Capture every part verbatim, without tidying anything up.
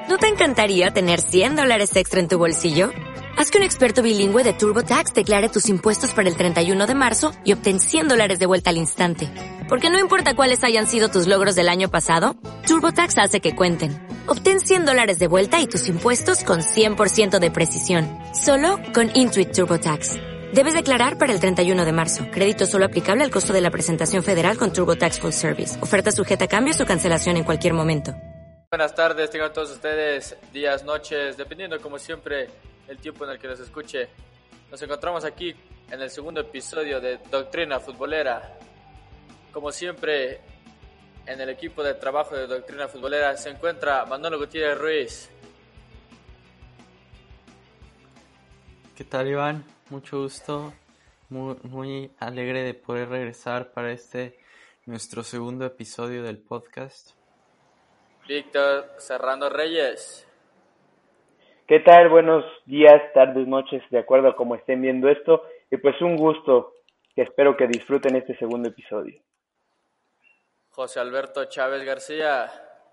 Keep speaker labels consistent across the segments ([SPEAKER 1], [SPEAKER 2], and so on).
[SPEAKER 1] ¿No te encantaría tener cien dólares extra en tu bolsillo? Haz que un experto bilingüe de TurboTax declare tus impuestos para el treinta y uno de marzo y obtén cien dólares de vuelta al instante. Porque no importa cuáles hayan sido tus logros del año pasado, TurboTax hace que cuenten. Obtén cien dólares de vuelta y tus impuestos con cien por ciento de precisión. Solo con Intuit TurboTax. Debes declarar para el treinta y uno de marzo. Crédito solo aplicable al costo de la presentación federal con TurboTax Full Service. Oferta sujeta a cambios o cancelación en cualquier momento.
[SPEAKER 2] Buenas tardes, tengan todos ustedes, días, noches, dependiendo como siempre el tiempo en el que nos escuche. Nos encontramos aquí en el segundo episodio de Doctrina Futbolera. Como siempre, en el equipo de trabajo de Doctrina Futbolera se encuentra Manolo Gutiérrez Ruiz.
[SPEAKER 3] ¿Qué tal, Iván? Mucho gusto, muy, muy alegre de poder regresar para este nuestro segundo episodio del podcast.
[SPEAKER 2] Víctor Serrano Reyes.
[SPEAKER 4] ¿Qué tal? Buenos días, tardes, noches, de acuerdo a cómo estén viendo esto. Y pues un gusto, que espero que disfruten este segundo episodio.
[SPEAKER 2] José Alberto Chávez García.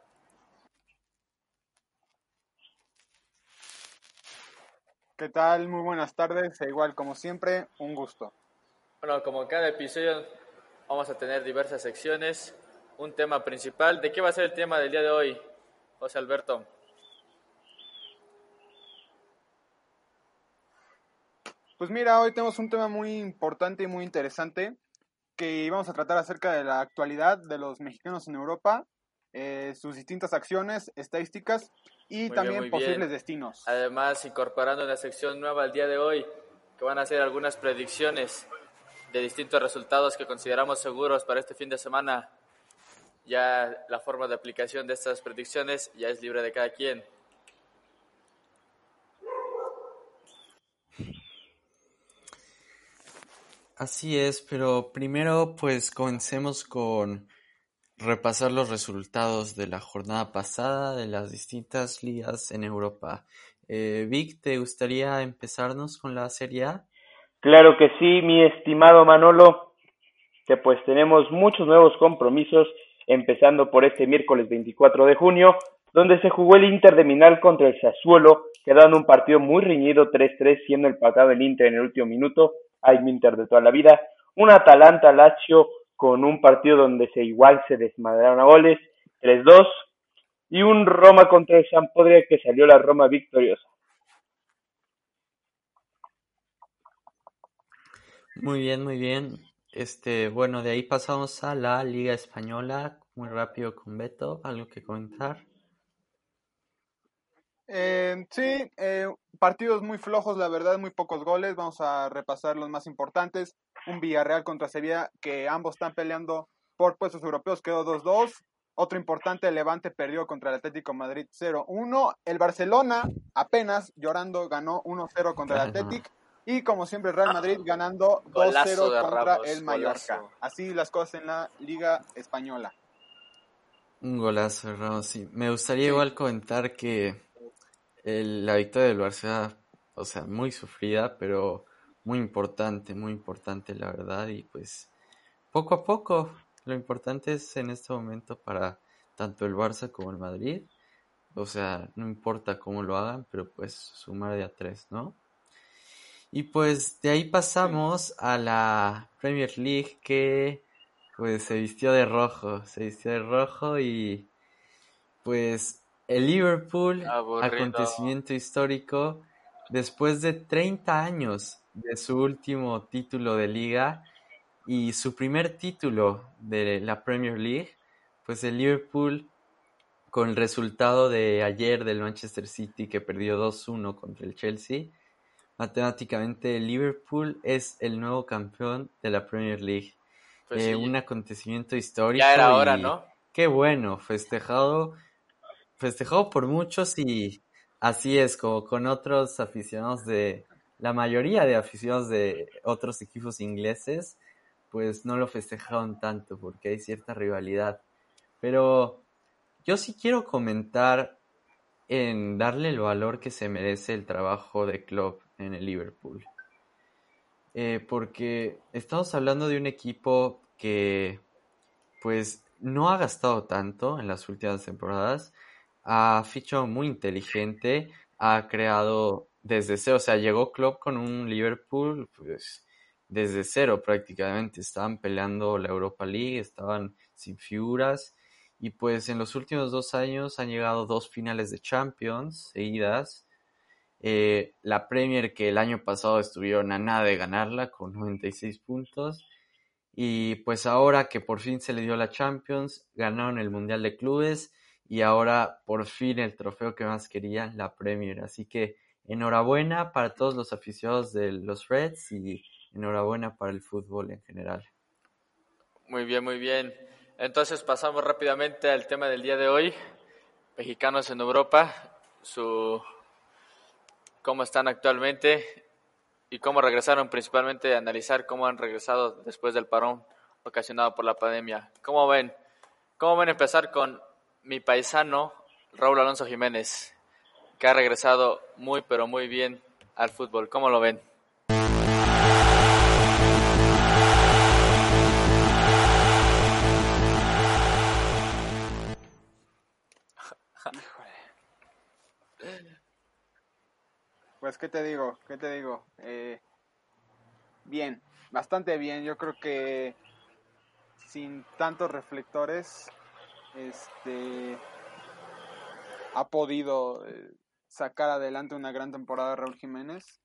[SPEAKER 5] ¿Qué tal? Muy buenas tardes, e igual como siempre, un gusto.
[SPEAKER 2] Bueno, como cada episodio vamos a tener diversas secciones, un tema principal. ¿De qué va a ser el tema del día de hoy, José Alberto?
[SPEAKER 5] Pues mira, hoy tenemos un tema muy importante y muy interesante que vamos a tratar acerca de la actualidad de los mexicanos en Europa, eh, sus distintas acciones, estadísticas y
[SPEAKER 2] Muy
[SPEAKER 5] también
[SPEAKER 2] bien, muy
[SPEAKER 5] posibles
[SPEAKER 2] bien.
[SPEAKER 5] destinos.
[SPEAKER 2] Además, incorporando una sección nueva al día de hoy, que van a ser algunas predicciones de distintos resultados que consideramos seguros para este fin de semana. Ya la forma de aplicación de estas predicciones ya es libre de cada quien.
[SPEAKER 3] Así es, pero primero pues comencemos con repasar los resultados de la jornada pasada de las distintas ligas en Europa. Eh, Vic, ¿te gustaría empezarnos con la Serie A?
[SPEAKER 4] Claro que sí, mi estimado Manolo, que pues tenemos muchos nuevos compromisos, empezando por este miércoles veinticuatro de junio, donde se jugó el Inter de Milán contra el Sassuolo, quedando un partido muy reñido tres tres, siendo empatado el Inter en el último minuto. Hay mi Inter de toda la vida. Un Atalanta-Lazio con un partido donde se igual se desmadraron a goles, tres dos, y un Roma contra el Sampdoria que salió la Roma victoriosa.
[SPEAKER 3] Muy bien, muy bien. Este, bueno, de ahí pasamos a la Liga Española, muy rápido con Beto, ¿algo que comentar?
[SPEAKER 5] Eh, sí, eh, partidos muy flojos, la verdad, muy pocos goles. Vamos a repasar los más importantes. Un Villarreal contra Sevilla, que ambos están peleando por puestos europeos, quedó dos dos. Otro importante, el Levante perdió contra el Atlético de Madrid cero uno. El Barcelona, apenas llorando, ganó uno cero contra el Atlético. Y como siempre, el Real Madrid ganando dos cero
[SPEAKER 2] Golazo de
[SPEAKER 5] contra
[SPEAKER 2] Ramos,
[SPEAKER 5] el Mallorca.
[SPEAKER 2] golazo.
[SPEAKER 5] Así las cosas en la Liga Española.
[SPEAKER 3] Un golazo, Ramos, sí. Me gustaría
[SPEAKER 5] Sí.
[SPEAKER 3] igual comentar que el- la victoria del Barça, o sea, muy sufrida, pero muy importante, muy importante la verdad, y pues poco a poco, lo importante es en este momento para tanto el Barça como el Madrid, o sea, no importa cómo lo hagan, pero pues sumar de a tres, ¿no? Y pues de ahí pasamos a la Premier League, que pues se vistió de rojo, se vistió de rojo y pues el Liverpool,
[SPEAKER 2] Aburrido.
[SPEAKER 3] acontecimiento histórico, después de treinta años de su último título de liga y su primer título de la Premier League, pues el Liverpool, con el resultado de ayer del Manchester City que perdió dos uno contra el Chelsea, matemáticamente el Liverpool es el nuevo campeón de la Premier League.
[SPEAKER 2] Pues
[SPEAKER 3] Eh,
[SPEAKER 2] sí,
[SPEAKER 3] un acontecimiento histórico
[SPEAKER 2] ya era hora,
[SPEAKER 3] y
[SPEAKER 2] ¿no?
[SPEAKER 3] qué bueno, festejado festejado por muchos y así es, como con otros aficionados de, la mayoría de aficionados de otros equipos ingleses, pues no lo festejaron tanto porque hay cierta rivalidad. Pero yo sí quiero comentar en darle el valor que se merece el trabajo de Klopp en el Liverpool. Eh, porque estamos hablando de un equipo que pues no ha gastado tanto en las últimas temporadas. ha fichado muy inteligente, ha creado desde cero, o sea, llegó Klopp con un Liverpool, pues desde cero prácticamente, estaban peleando la Europa League, estaban sin figuras, y pues en los últimos dos años han llegado dos finales de Champions seguidas. Eh, la Premier, que el año pasado estuvieron a nada de ganarla con noventa y seis puntos, y pues ahora que por fin se le dio la Champions, ganaron el Mundial de Clubes y ahora por fin el trofeo que más querían, la Premier. Así que enhorabuena para todos los aficionados de los Reds y enhorabuena para el fútbol en general.
[SPEAKER 2] Muy bien, muy bien. Entonces pasamos rápidamente al tema del día de hoy. Mexicanos en Europa, su cómo están actualmente y cómo regresaron, principalmente analizar cómo han regresado después del parón ocasionado por la pandemia. ¿Cómo ven? ¿Cómo ven empezar con mi paisano Raúl Alonso Jiménez, que ha regresado muy pero muy bien al fútbol? ¿Cómo lo ven?
[SPEAKER 5] Pues, ¿qué te digo? ¿Qué te digo? Eh, bien, bastante bien. Yo creo que sin tantos reflectores, este, ha podido eh, sacar adelante una gran temporada Raúl Jiménez.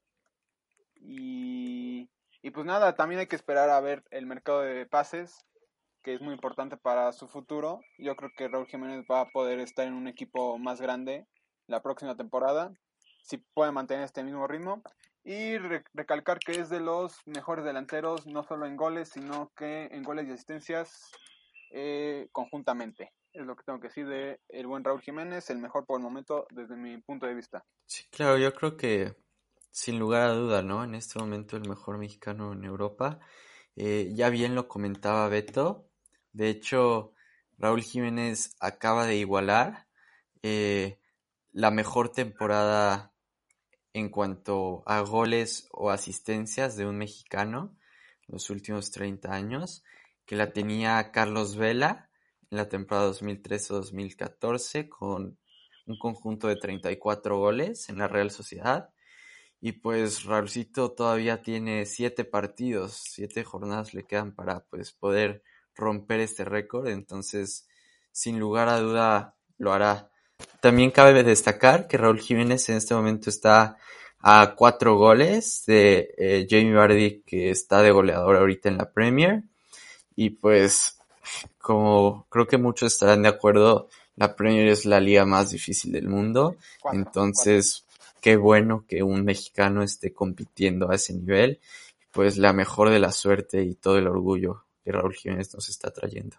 [SPEAKER 5] Y, y pues nada, también hay que esperar a ver el mercado de pases, que es muy importante para su futuro. Yo creo que Raúl Jiménez va a poder estar en un equipo más grande la próxima temporada, si puede mantener este mismo ritmo. Y re- recalcar que es de los mejores delanteros, no solo en goles, sino que en goles y asistencias eh, conjuntamente. Es lo que tengo que decir de el buen Raúl Jiménez, el mejor por el momento desde mi punto de vista.
[SPEAKER 3] Sí, claro, yo creo que sin lugar a duda, ¿no? En este momento el mejor mexicano en Europa. Eh, ya bien lo comentaba Beto. De hecho, Raúl Jiménez acaba de igualar eh, la mejor temporada en cuanto a goles o asistencias de un mexicano en los últimos treinta años, que la tenía Carlos Vela en la temporada dos mil trece dos mil catorce con un conjunto de treinta y cuatro goles en la Real Sociedad. Y pues Raulcito todavía tiene siete partidos, siete jornadas le quedan para pues poder romper este récord, entonces sin lugar a duda lo hará. También cabe destacar que Raúl Jiménez en este momento está a cuatro goles de eh, Jamie Vardy, que está de goleador ahorita en la Premier, y pues como creo que muchos estarán de acuerdo, la Premier es la liga más difícil del mundo,
[SPEAKER 5] Cuatro,
[SPEAKER 3] entonces cuatro. Qué bueno que un mexicano esté compitiendo a ese nivel, pues la mejor de la suerte y todo el orgullo que Raúl Jiménez nos está trayendo.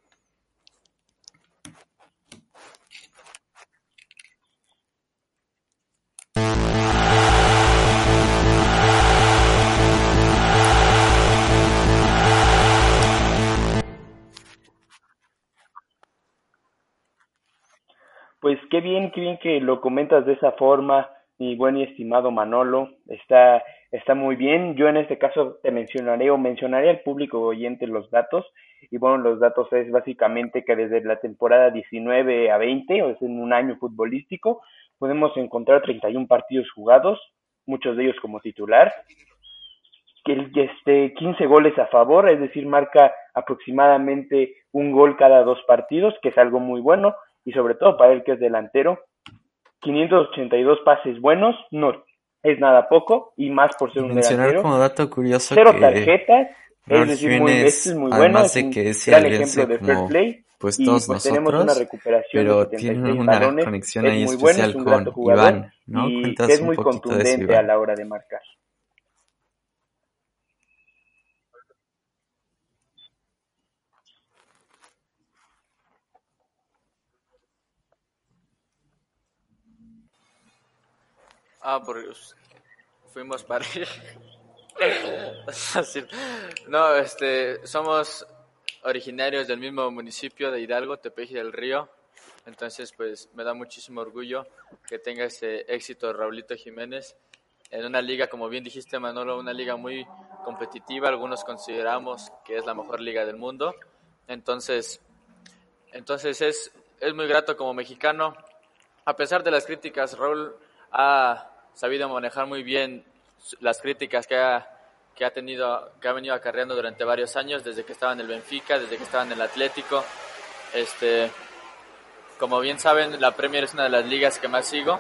[SPEAKER 4] Pues qué bien, qué bien que lo comentas de esa forma, mi buen y estimado Manolo. Está, está muy bien. Yo en este caso te mencionaré o mencionaré al público oyente los datos. Y bueno, los datos es básicamente que desde la temporada diecinueve a veinte, o sea, en un año futbolístico, podemos encontrar treinta y uno partidos jugados, muchos de ellos como titular, que este, quince goles a favor, es decir, marca aproximadamente un gol cada dos partidos, que es algo muy bueno, y sobre todo para él que es delantero, quinientos ochenta y dos pases buenos, no es nada poco, y más por ser
[SPEAKER 3] Y
[SPEAKER 4] un
[SPEAKER 3] mencionar
[SPEAKER 4] delantero,
[SPEAKER 3] como dato curioso
[SPEAKER 4] cero
[SPEAKER 3] que
[SPEAKER 4] tarjetas,
[SPEAKER 3] Raúl
[SPEAKER 4] es decir, muy, esto es
[SPEAKER 3] Jiménez,
[SPEAKER 4] muy bueno,
[SPEAKER 3] además
[SPEAKER 4] es
[SPEAKER 3] de
[SPEAKER 4] un
[SPEAKER 3] que es
[SPEAKER 4] gran ejemplo
[SPEAKER 3] sierrense
[SPEAKER 4] de fair
[SPEAKER 3] como
[SPEAKER 4] play,
[SPEAKER 3] pues
[SPEAKER 4] y
[SPEAKER 3] todos
[SPEAKER 4] pues tenemos una
[SPEAKER 3] nosotros,
[SPEAKER 4] recuperación de
[SPEAKER 3] pero
[SPEAKER 4] setenta y
[SPEAKER 3] tiene
[SPEAKER 4] seis
[SPEAKER 3] una
[SPEAKER 4] balones,
[SPEAKER 3] conexión
[SPEAKER 4] es
[SPEAKER 3] ahí
[SPEAKER 4] muy bueno, es
[SPEAKER 3] especial
[SPEAKER 4] un grato
[SPEAKER 3] con
[SPEAKER 4] jugador,
[SPEAKER 3] Iván, ¿no?
[SPEAKER 4] y que es
[SPEAKER 3] Cuéntanos un
[SPEAKER 4] muy
[SPEAKER 3] poquito de eso,
[SPEAKER 4] contundente a
[SPEAKER 3] Iván.
[SPEAKER 4] la hora de marcar.
[SPEAKER 2] Ah, porque fuimos pareja. Fácil. No, este, somos originarios del mismo municipio de Hidalgo, Tepeji del Río. Entonces, pues me da muchísimo orgullo que tenga ese éxito Raulito Jiménez en una liga, como bien dijiste, Manolo, una liga muy competitiva. Algunos consideramos que es la mejor liga del mundo. Entonces, entonces es es muy grato como mexicano. A pesar de las críticas, Raúl ha sabido manejar muy bien las críticas que ha, que ha tenido, que ha venido acarreando durante varios años, desde que estaba en el Benfica, desde que estaba en el Atlético. Este, como bien saben, la Premier es una de las ligas que más sigo,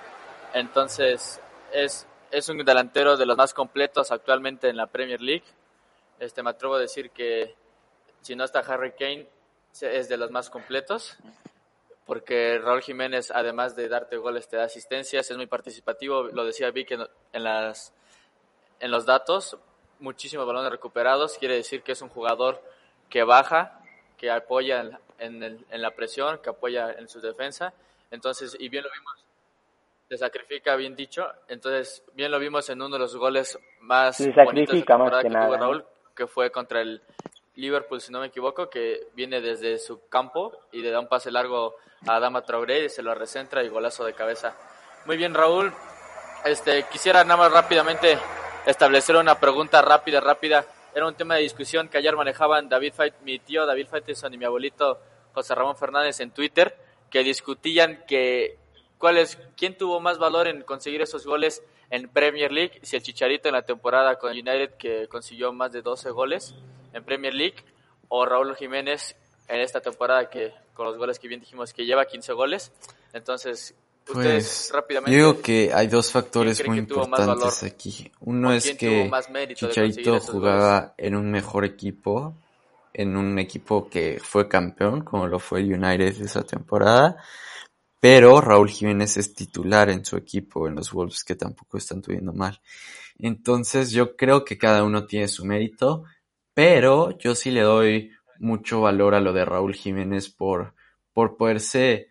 [SPEAKER 2] entonces es, es un delantero de los más completos actualmente en la Premier League. Este, me atrevo a decir que si no está Harry Kane, es de los más completos, porque Raúl Jiménez, además de darte goles, te da asistencias, es muy participativo, lo decía Vic en, en, las, en los datos, muchísimos balones recuperados, quiere decir que es un jugador que baja, que apoya en, en, el, en la presión, que apoya en su defensa, entonces, y bien lo vimos, se sacrifica, bien dicho, entonces, bien lo vimos en uno de los goles más
[SPEAKER 4] Se
[SPEAKER 2] bonitos de
[SPEAKER 4] sacrifica
[SPEAKER 2] la
[SPEAKER 4] más
[SPEAKER 2] temporada
[SPEAKER 4] que
[SPEAKER 2] que,
[SPEAKER 4] nada,
[SPEAKER 2] tuvo
[SPEAKER 4] ¿no?
[SPEAKER 2] Raúl, que fue contra el Liverpool, si no me equivoco, que viene desde su campo y le da un pase largo a Adama Traoré y se lo recentra y golazo de cabeza. Muy bien, Raúl. Este, quisiera nada más rápidamente establecer una pregunta rápida, rápida. Era un tema de discusión que ayer manejaban David Fait, mi tío David Faitelson y mi abuelito José Ramón Fernández en Twitter, que discutían que cuál es, quién tuvo más valor en conseguir esos goles en Premier League, si el Chicharito en la temporada con United, que consiguió más de doce goles en Premier League, o Raúl Jiménez en esta temporada, que con los goles que bien dijimos que lleva quince goles. Entonces, ustedes
[SPEAKER 3] Pues yo
[SPEAKER 2] rápidamente,
[SPEAKER 3] digo que hay dos
[SPEAKER 2] ¿quién
[SPEAKER 3] factores
[SPEAKER 2] creen
[SPEAKER 3] muy
[SPEAKER 2] que tuvo más valor
[SPEAKER 3] importantes aquí. Uno
[SPEAKER 2] o
[SPEAKER 3] es
[SPEAKER 2] quién tuvo
[SPEAKER 3] que
[SPEAKER 2] más mérito de conseguir
[SPEAKER 3] Chicharito
[SPEAKER 2] esos goles?
[SPEAKER 3] jugaba en un mejor equipo, en un equipo que fue campeón, como lo fue el United esa temporada, pero Raúl Jiménez es titular en su equipo, en los Wolves, que tampoco están tuviendo mal. Entonces yo creo que cada uno tiene su mérito, pero yo sí le doy mucho valor a lo de Raúl Jiménez por, por poderse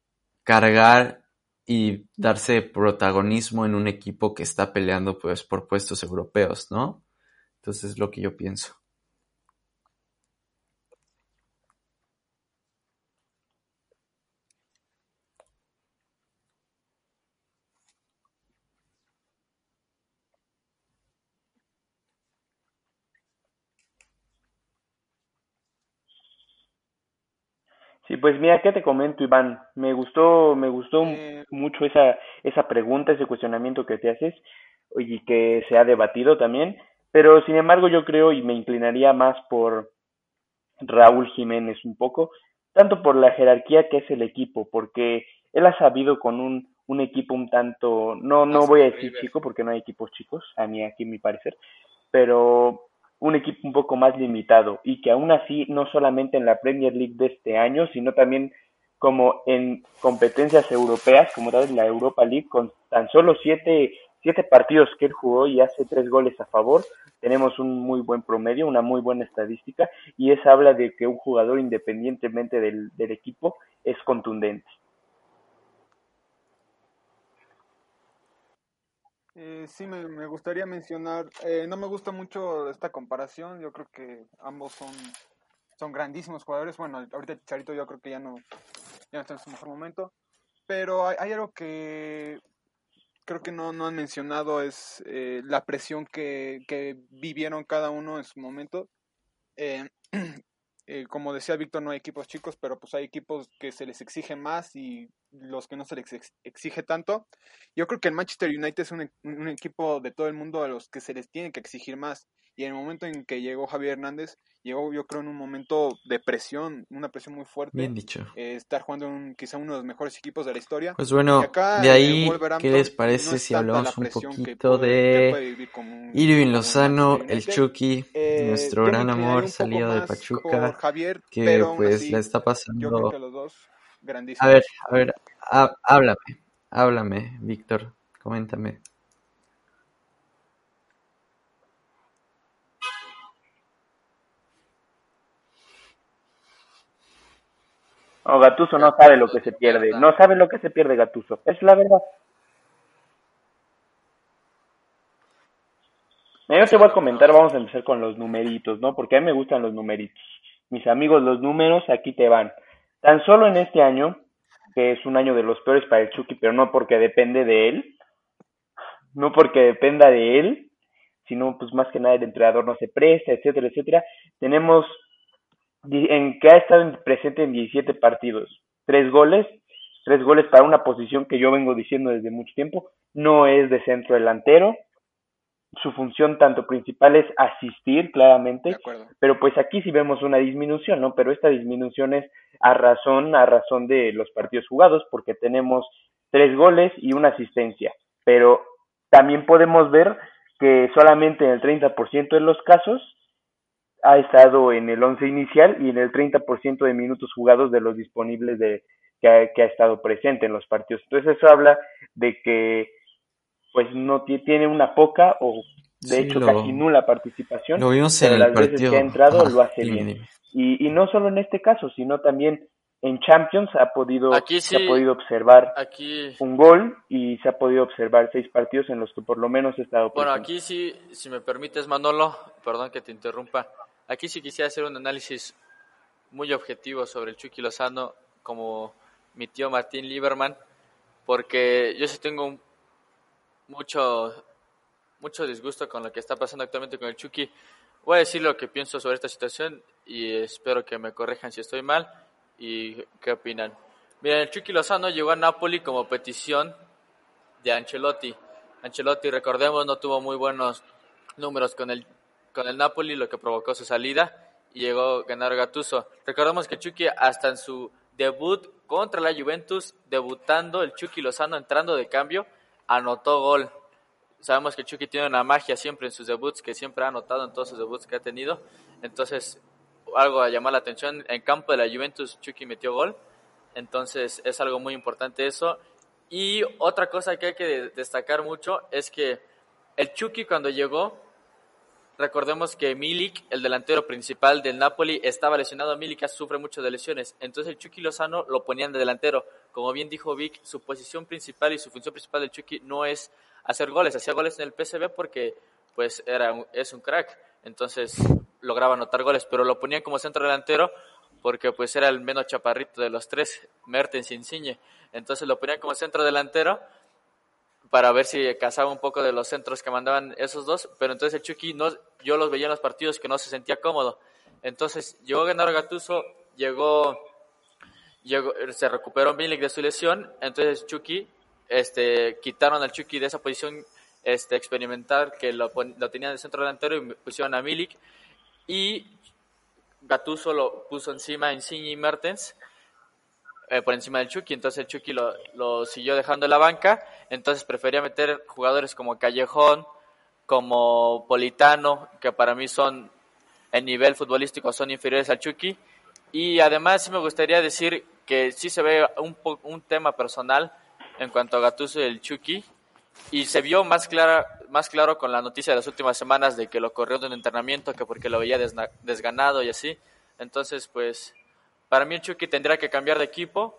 [SPEAKER 3] cargar y darse protagonismo en un equipo que está peleando pues por puestos europeos, ¿no? Entonces es lo que yo pienso.
[SPEAKER 4] Sí, pues mira, ¿qué te comento, Iván? Me gustó, me gustó
[SPEAKER 5] Eh,
[SPEAKER 4] mucho esa, esa pregunta, ese cuestionamiento que te haces y que se ha debatido también, pero sin embargo yo creo y me inclinaría más por Raúl Jiménez un poco, tanto por la jerarquía que es el equipo, porque él ha sabido con un, un equipo un tanto, no, no
[SPEAKER 2] Más
[SPEAKER 4] voy
[SPEAKER 2] que
[SPEAKER 4] a
[SPEAKER 2] el
[SPEAKER 4] decir
[SPEAKER 2] River.
[SPEAKER 4] chico porque no hay equipos chicos, a mí aquí mi parecer, pero un equipo un poco más limitado y que aún así no solamente en la Premier League de este año, sino también como en competencias europeas, como tal vez la Europa League, con tan solo siete, siete partidos que él jugó y hace tres goles a favor, tenemos un muy buen promedio, una muy buena estadística, y eso habla de que un jugador, independientemente del, del equipo, es contundente.
[SPEAKER 5] eh, sí, me, me gustaría mencionar, eh, no me gusta mucho esta comparación, yo creo que ambos son, son grandísimos jugadores. Bueno, ahorita Chicharito yo creo que ya no, ya no está en su mejor momento, pero hay, hay algo que creo que no, no han mencionado, es eh, la presión que, que vivieron cada uno en su momento. Eh, eh, como decía Víctor, no hay equipos chicos, pero pues hay equipos que se les exige más y los que no se les ex- exige tanto. Yo creo que el Manchester United es un, e- un equipo de todo el mundo a los que se les tiene que exigir más. Y en el momento en que llegó Javier Hernández, llegó yo creo en un momento de presión, una presión muy
[SPEAKER 3] Bien
[SPEAKER 5] fuerte,
[SPEAKER 3] dicho.
[SPEAKER 5] eh, estar jugando en quizá uno de los mejores equipos de la historia.
[SPEAKER 3] Pues
[SPEAKER 5] Y
[SPEAKER 3] bueno, de
[SPEAKER 5] acá en el
[SPEAKER 3] ahí, ¿qué les
[SPEAKER 5] Wolverhampton no
[SPEAKER 3] parece
[SPEAKER 5] es
[SPEAKER 3] si
[SPEAKER 5] tanta la
[SPEAKER 3] hablamos un
[SPEAKER 5] presión que,
[SPEAKER 3] poquito
[SPEAKER 5] puede, que él
[SPEAKER 3] de
[SPEAKER 5] puede vivir como un equipo
[SPEAKER 3] Irving
[SPEAKER 5] como el Manchester
[SPEAKER 3] Lozano, el
[SPEAKER 5] United.
[SPEAKER 3] Chucky,
[SPEAKER 5] Eh,
[SPEAKER 3] nuestro
[SPEAKER 5] yo me
[SPEAKER 3] gran
[SPEAKER 5] inclinaría
[SPEAKER 3] amor,
[SPEAKER 5] un poco
[SPEAKER 3] salido de
[SPEAKER 5] más por
[SPEAKER 3] Pachuca,
[SPEAKER 5] Javier,
[SPEAKER 3] que
[SPEAKER 5] pero aún
[SPEAKER 3] pues la
[SPEAKER 5] así,
[SPEAKER 3] está
[SPEAKER 5] yo creo
[SPEAKER 3] pasando?
[SPEAKER 5] que los dos
[SPEAKER 3] A ver,
[SPEAKER 5] grandísimos.
[SPEAKER 3] a ver, há- háblame, háblame, Víctor, coméntame.
[SPEAKER 4] No, Gattuso no sabe lo
[SPEAKER 2] Gattuso
[SPEAKER 4] que
[SPEAKER 2] ni
[SPEAKER 4] se pierde,
[SPEAKER 2] mierda.
[SPEAKER 4] no sabe lo que se pierde Gattuso, es la verdad. Yo te voy a
[SPEAKER 2] Demasiado,
[SPEAKER 4] comentar,
[SPEAKER 2] demasiado.
[SPEAKER 4] vamos a empezar con los numeritos, ¿no? Porque a mí me gustan los numeritos. Mis amigos, los números aquí te van. Tan solo en este año, que es un año de los peores para el Chucky, pero no porque depende de él, no porque dependa de él, sino pues más que nada el entrenador no se presta, etcétera, etcétera. Tenemos di- en que ha estado en- presente en diecisiete partidos. tres goles, tres goles para una posición que yo vengo diciendo desde mucho tiempo, no es de centro delantero, su función tanto principal es asistir claramente, pero pues aquí sí vemos una disminución, ¿no? Pero esta disminución es a razón, a razón de los partidos jugados, porque tenemos tres goles y una asistencia, pero también podemos ver que solamente en el treinta por ciento de los casos ha estado en el once inicial y en el treinta por ciento de minutos jugados de los disponibles de que ha, que ha estado presente en los partidos. Entonces eso habla de que pues no t- tiene una poca o de
[SPEAKER 3] Sí,
[SPEAKER 4] hecho
[SPEAKER 3] lo,
[SPEAKER 4] casi nula participación,
[SPEAKER 3] lo vimos en
[SPEAKER 4] pero
[SPEAKER 3] el
[SPEAKER 4] las veces que ha
[SPEAKER 3] partido.
[SPEAKER 4] entrado
[SPEAKER 3] Ajá,
[SPEAKER 4] lo hace
[SPEAKER 3] dime,
[SPEAKER 4] bien.
[SPEAKER 3] dime.
[SPEAKER 4] Y, y no solo en este caso, sino también en Champions ha podido,
[SPEAKER 2] Aquí
[SPEAKER 4] se ha
[SPEAKER 2] sí,
[SPEAKER 4] podido observar
[SPEAKER 2] aquí,
[SPEAKER 4] un gol y se ha podido observar seis partidos en los que por lo menos ha estado
[SPEAKER 2] bueno,
[SPEAKER 4] presente.
[SPEAKER 2] aquí sí, si me permites, Manolo, perdón que te interrumpa, aquí sí quisiera hacer un análisis muy objetivo sobre el Chucky Lozano, como mi tío Martín Lieberman, porque yo sí tengo un- mucho, mucho disgusto con lo que está pasando actualmente con el Chucky. Voy a decir lo que pienso sobre esta situación y espero que me corrijan si estoy mal y qué opinan. Miren, el Chucky Lozano llegó a Napoli como petición de Ancelotti. Ancelotti, recordemos, no tuvo muy buenos números con el, con el Napoli, lo que provocó su salida y llegó Gennaro Gattuso. Recordemos que Chucky hasta en su debut contra la Juventus, debutando el Chucky Lozano entrando de cambio, anotó gol. Sabemos que Chucky tiene una magia siempre en sus debuts, que siempre ha anotado en todos sus debuts que ha tenido. Entonces, algo a llamar la atención, en campo de la Juventus Chucky metió gol. Entonces, es algo muy importante eso. Y otra cosa que hay que destacar mucho es que el Chucky cuando llegó, recordemos que Milik, el delantero principal del Napoli, estaba lesionado. Milik sufre mucho de lesiones. Entonces el Chucky Lozano lo ponían de delantero. Como bien dijo Vic, su posición principal y su función principal del Chucky no es hacer goles. Hacía goles en el P S V porque pues era un, es un crack. Entonces lograba anotar goles, pero lo ponían como centro delantero porque pues era el menos chaparrito de los tres, Mertens y Insigne. Entonces lo ponían como centro delantero para ver si cazaba un poco de los centros que mandaban esos dos, pero entonces el Chucky, no, yo los veía en los partidos que no se sentía cómodo. Entonces llegó Gennaro Gattuso, llegó, llegó se recuperó Milik de su lesión, entonces Chucky, este, quitaron al Chucky de esa posición este, experimental que lo, lo tenían de centro delantero y pusieron a Milik, y Gattuso lo puso encima a Insigne y Mertens, Eh, por encima del Chucky, entonces el Chucky lo, lo siguió dejando en la banca, entonces prefería meter jugadores como Callejón, como Politano, que para mí son, en nivel futbolístico, son inferiores al Chucky, y además sí me gustaría decir que sí se ve un, un tema personal en cuanto a Gattuso y el Chucky, y se vio más, clara, más claro con la noticia de las últimas semanas de que lo corrió de un entrenamiento, que porque lo veía desna, desganado y así, entonces pues para mí el Chucky tendría que cambiar de equipo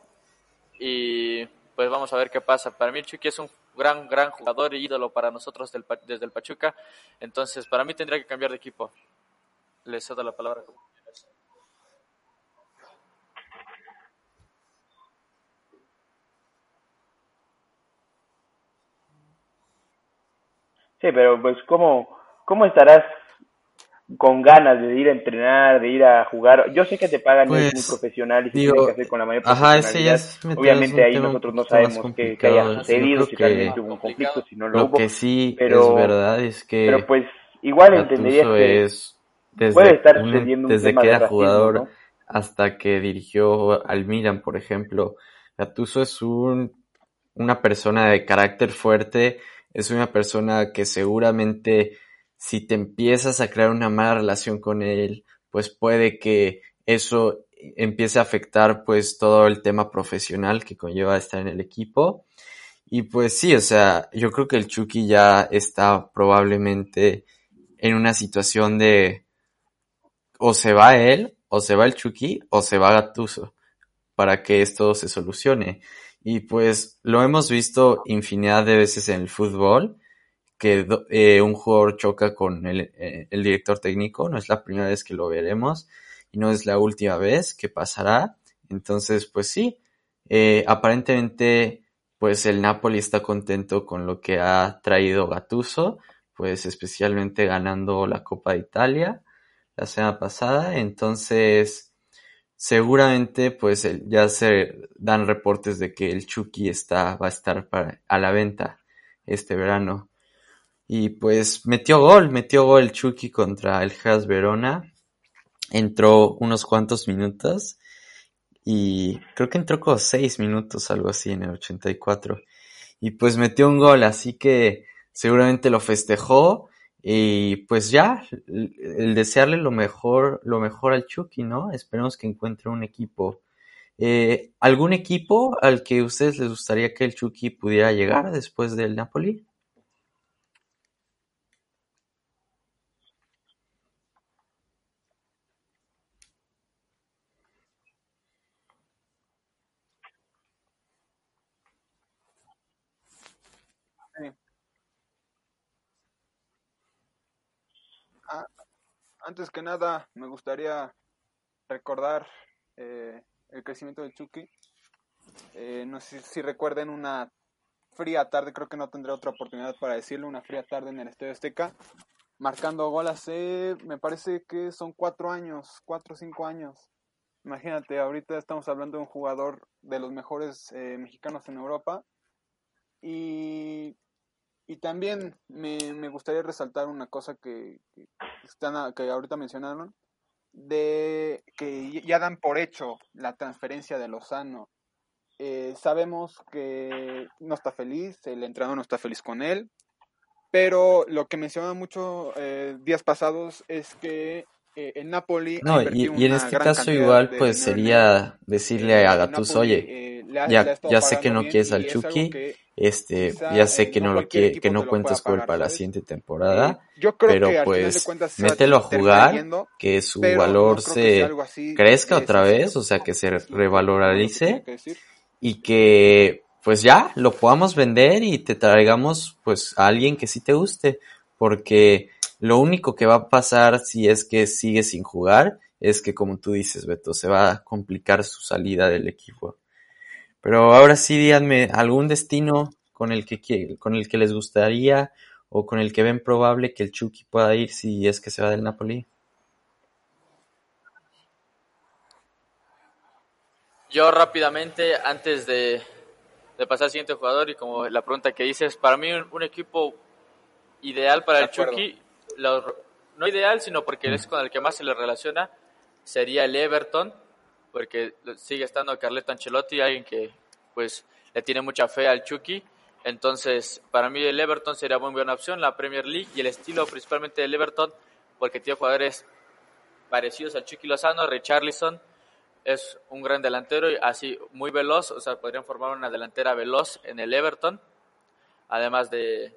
[SPEAKER 2] y pues vamos a ver qué pasa. Para mí el Chucky es un gran, gran jugador y ídolo para nosotros del, desde el Pachuca. Entonces para mí tendría que cambiar de equipo. Les cedo la palabra.
[SPEAKER 4] Sí, pero pues ¿cómo, cómo estarás con ganas de ir a entrenar, de ir a jugar? Yo sé que te pagan y es muy
[SPEAKER 3] Pues,
[SPEAKER 4] profesional y se
[SPEAKER 3] digo,
[SPEAKER 4] tiene que hacer con la mayor
[SPEAKER 3] ajá, ese ya
[SPEAKER 4] profesionalidad.
[SPEAKER 3] es meternos
[SPEAKER 4] Obviamente
[SPEAKER 3] un
[SPEAKER 4] ahí
[SPEAKER 3] tema un
[SPEAKER 4] nosotros no
[SPEAKER 3] poquito más
[SPEAKER 4] sabemos qué, qué haya
[SPEAKER 3] complicado. Yo
[SPEAKER 4] sucedido,
[SPEAKER 3] creo
[SPEAKER 4] si
[SPEAKER 3] que
[SPEAKER 4] realmente hubo un conflicto, si no lo
[SPEAKER 3] lo
[SPEAKER 4] hubo,
[SPEAKER 3] que sí es
[SPEAKER 4] pero,
[SPEAKER 3] verdad es
[SPEAKER 4] pero
[SPEAKER 3] que
[SPEAKER 4] pues igual entenderías
[SPEAKER 3] Gattuso
[SPEAKER 4] que
[SPEAKER 3] es
[SPEAKER 4] puede
[SPEAKER 3] desde
[SPEAKER 4] estar
[SPEAKER 3] un,
[SPEAKER 4] sucediendo un
[SPEAKER 3] desde
[SPEAKER 4] tema
[SPEAKER 3] que
[SPEAKER 4] de
[SPEAKER 3] era
[SPEAKER 4] racismo,
[SPEAKER 3] jugador
[SPEAKER 4] ¿no?
[SPEAKER 3] hasta que dirigió al Milan, por ejemplo. Gattuso es un, una persona de carácter fuerte, es una persona que seguramente si te empiezas a crear una mala relación con él, pues puede que eso empiece a afectar pues todo el tema profesional que conlleva estar en el equipo. Y pues sí, o sea, yo creo que el Chucky ya está probablemente en una situación de o se va él, o se va el Chucky, o se va Gattuso, para que esto se solucione. Y pues lo hemos visto infinidad de veces en el fútbol, que eh, un jugador choca con el, eh, el director técnico, no es la primera vez que lo veremos, y no es la última vez que pasará. Entonces, pues sí, eh, aparentemente, pues el Napoli está contento con lo que ha traído Gattuso, pues especialmente ganando la Copa de Italia la semana pasada. Entonces, seguramente pues el- ya se dan reportes de que el Chucky está, va a estar para, a la venta este verano. Y pues metió gol, metió gol el Chucky contra el Hellas Verona. Entró unos cuantos minutos y creo que entró como seis minutos, algo así, en el ochenta y cuatro. Y pues metió un gol, así que seguramente lo festejó. Y pues ya, el el desearle lo mejor, lo mejor al Chucky, ¿no? Esperemos que encuentre un equipo. Eh, ¿algún equipo al que a ustedes les gustaría que el Chucky pudiera llegar después del Napoli?
[SPEAKER 5] Sí. Ah, antes que nada, me gustaría recordar eh, el crecimiento del Chucky. Eh, no sé si recuerden una fría tarde, creo que no tendré otra oportunidad para decirlo, una fría tarde en el Estadio Azteca, marcando gol hace, me parece que son cuatro años, cuatro o cinco años. Imagínate, ahorita estamos hablando de un jugador de los mejores eh, mexicanos en Europa. Y, y también me, me gustaría resaltar una cosa que, que, están a- que ahorita mencionaron, de que ya dan por hecho la transferencia de Lozano. Eh, sabemos que no está feliz, el entrenador no está feliz con él, pero lo que mencionaba mucho eh, días pasados es que eh, el Napoli ha
[SPEAKER 3] No, y,
[SPEAKER 5] invertido
[SPEAKER 3] y en
[SPEAKER 5] una
[SPEAKER 3] este
[SPEAKER 5] gran
[SPEAKER 3] caso
[SPEAKER 5] cantidad
[SPEAKER 3] igual
[SPEAKER 5] de
[SPEAKER 3] pues
[SPEAKER 5] dinero en él.
[SPEAKER 3] sería decirle a
[SPEAKER 5] Eh, el
[SPEAKER 3] Gattuso,
[SPEAKER 5] Napoli
[SPEAKER 3] oye,
[SPEAKER 5] eh, le, ha, le ha
[SPEAKER 3] ya,
[SPEAKER 5] estado
[SPEAKER 3] ya sé que
[SPEAKER 5] pagando
[SPEAKER 3] no
[SPEAKER 5] bien
[SPEAKER 3] quieres al
[SPEAKER 5] y es algo
[SPEAKER 3] Chucky,
[SPEAKER 5] que
[SPEAKER 3] este, ya
[SPEAKER 5] quizá
[SPEAKER 3] sé
[SPEAKER 5] eh,
[SPEAKER 3] que
[SPEAKER 5] no
[SPEAKER 3] no lo
[SPEAKER 5] cualquier
[SPEAKER 3] quie- que
[SPEAKER 5] equipo te
[SPEAKER 3] no
[SPEAKER 5] lo pueda
[SPEAKER 3] cuentas con él
[SPEAKER 5] pagar,
[SPEAKER 3] para la
[SPEAKER 5] ¿sabes?
[SPEAKER 3] siguiente
[SPEAKER 5] Eh,
[SPEAKER 3] temporada,
[SPEAKER 5] yo creo que
[SPEAKER 3] pero
[SPEAKER 5] al final de
[SPEAKER 3] pues
[SPEAKER 5] cuentas se va a
[SPEAKER 3] mételo a
[SPEAKER 5] terminar
[SPEAKER 3] jugar,
[SPEAKER 5] yendo,
[SPEAKER 3] que su
[SPEAKER 5] pero
[SPEAKER 3] valor
[SPEAKER 5] no creo que sea
[SPEAKER 3] se
[SPEAKER 5] algo así
[SPEAKER 3] crezca
[SPEAKER 5] de
[SPEAKER 3] otra vez,
[SPEAKER 5] sencillo.
[SPEAKER 3] o sea, que se
[SPEAKER 5] Es lo que, como lo que tenía
[SPEAKER 3] revalorice
[SPEAKER 5] que decir.
[SPEAKER 3] y que pues ya lo podamos vender y te traigamos pues a alguien que sí te guste, porque lo único que va a pasar si es que sigue sin jugar es que, como tú dices, Beto, se va a complicar su salida del equipo. Pero ahora sí, díganme, ¿algún destino con el que quie- con el que les gustaría o con el que ven probable que el Chucky pueda ir si es que se va del Napoli?
[SPEAKER 2] Yo rápidamente, antes de, de pasar al siguiente jugador y como la pregunta que dices, para mí un, un equipo ideal para
[SPEAKER 5] De
[SPEAKER 2] el
[SPEAKER 5] acuerdo.
[SPEAKER 2] Chucky, lo- no ideal, sino porque es con el que más se le relaciona, sería el Everton, porque sigue estando Carleto Ancelotti, alguien que pues le tiene mucha fe al Chucky. Entonces, para mí el Everton sería muy buena opción, la Premier League y el estilo principalmente del Everton, porque tiene jugadores parecidos al Chucky Lozano. Richarlison es un gran delantero y así muy veloz, o sea, podrían formar una delantera veloz en el Everton, además de,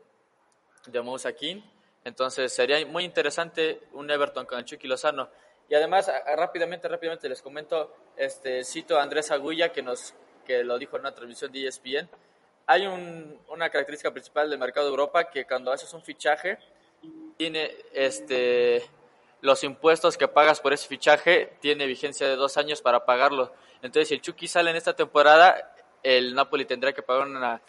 [SPEAKER 2] de Moussa King. Entonces sería muy interesante un Everton con el Chucky Lozano. Y además, a, a, rápidamente, rápidamente les comento, este, cito a Andrés Agulla, que, nos, que lo dijo en una transmisión de E S P N. Hay un, una característica principal del mercado de Europa, que cuando haces un fichaje, tiene este, los impuestos que pagas por ese fichaje, tiene vigencia de dos años para pagarlo. Entonces, si el Chucky sale en esta temporada, el Napoli tendrá que pagar una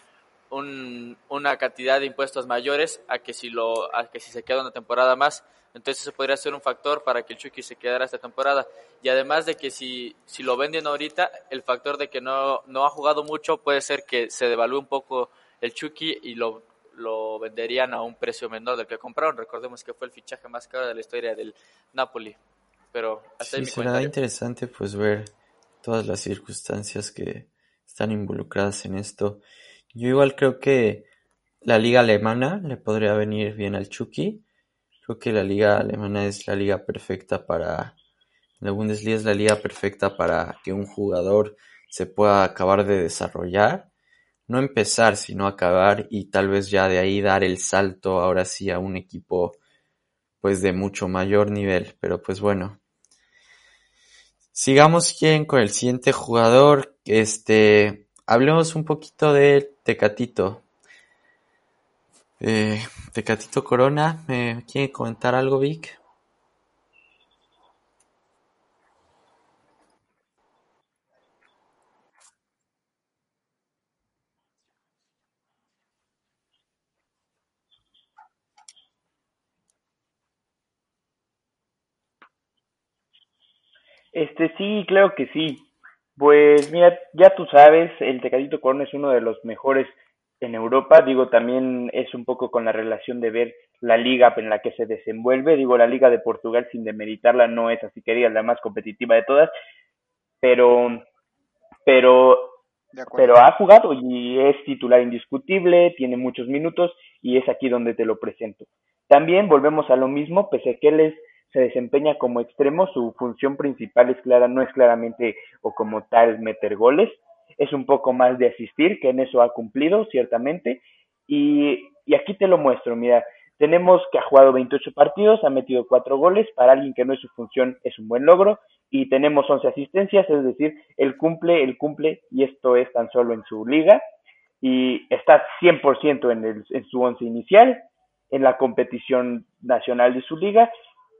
[SPEAKER 2] un, una cantidad de impuestos mayores a que si lo a que si se queda una temporada más. Entonces eso podría ser un factor para que el Chucky se quedara esta temporada. Y además de que si, si lo venden ahorita, el factor de que no, no ha jugado mucho puede ser que se devalúe un poco el Chucky y lo, lo venderían a un precio menor del que compraron. Recordemos que fue el fichaje más caro de la historia del Napoli. Pero hasta ahí
[SPEAKER 3] Sí,
[SPEAKER 2] mi
[SPEAKER 3] será
[SPEAKER 2] comentario.
[SPEAKER 3] interesante pues ver todas las circunstancias que están involucradas en esto. Yo igual creo que la liga alemana le podría venir bien al Chucky. Creo que la liga alemana es la liga perfecta para, la Bundesliga es la liga perfecta para que un jugador se pueda acabar de desarrollar, no empezar, sino acabar y tal vez ya de ahí dar el salto ahora sí a un equipo pues de mucho mayor nivel. Pero pues bueno, sigamos bien con el siguiente jugador. Este, hablemos un poquito de Tecatito. Eh, Tecatito Corona, ¿me quiere comentar algo, Vic?
[SPEAKER 4] Este sí, claro que sí. Pues mira, ya tú sabes, el Tecatito Corona es uno de los mejores en Europa. Digo, también es un poco con la relación de ver la liga en la que se desenvuelve. Digo, la liga de Portugal, sin demeritarla, no es así que diga la más competitiva de todas, pero, pero
[SPEAKER 5] De acuerdo.
[SPEAKER 4] pero ha jugado y es titular indiscutible, tiene muchos minutos y es aquí donde te lo presento. También volvemos a lo mismo, pese a que él es, se desempeña como extremo, su función principal es clara, no es claramente o como tal meter goles, es un poco más de asistir, que en eso ha cumplido ciertamente, y, y aquí te lo muestro, mira, tenemos que ha jugado veintiocho partidos, ha metido cuatro goles, para alguien que no es su función es un buen logro, y tenemos once asistencias, es decir, él cumple, él cumple, y esto es tan solo en su liga, y está cien por ciento en, el, en su once inicial, en la competición nacional de su liga,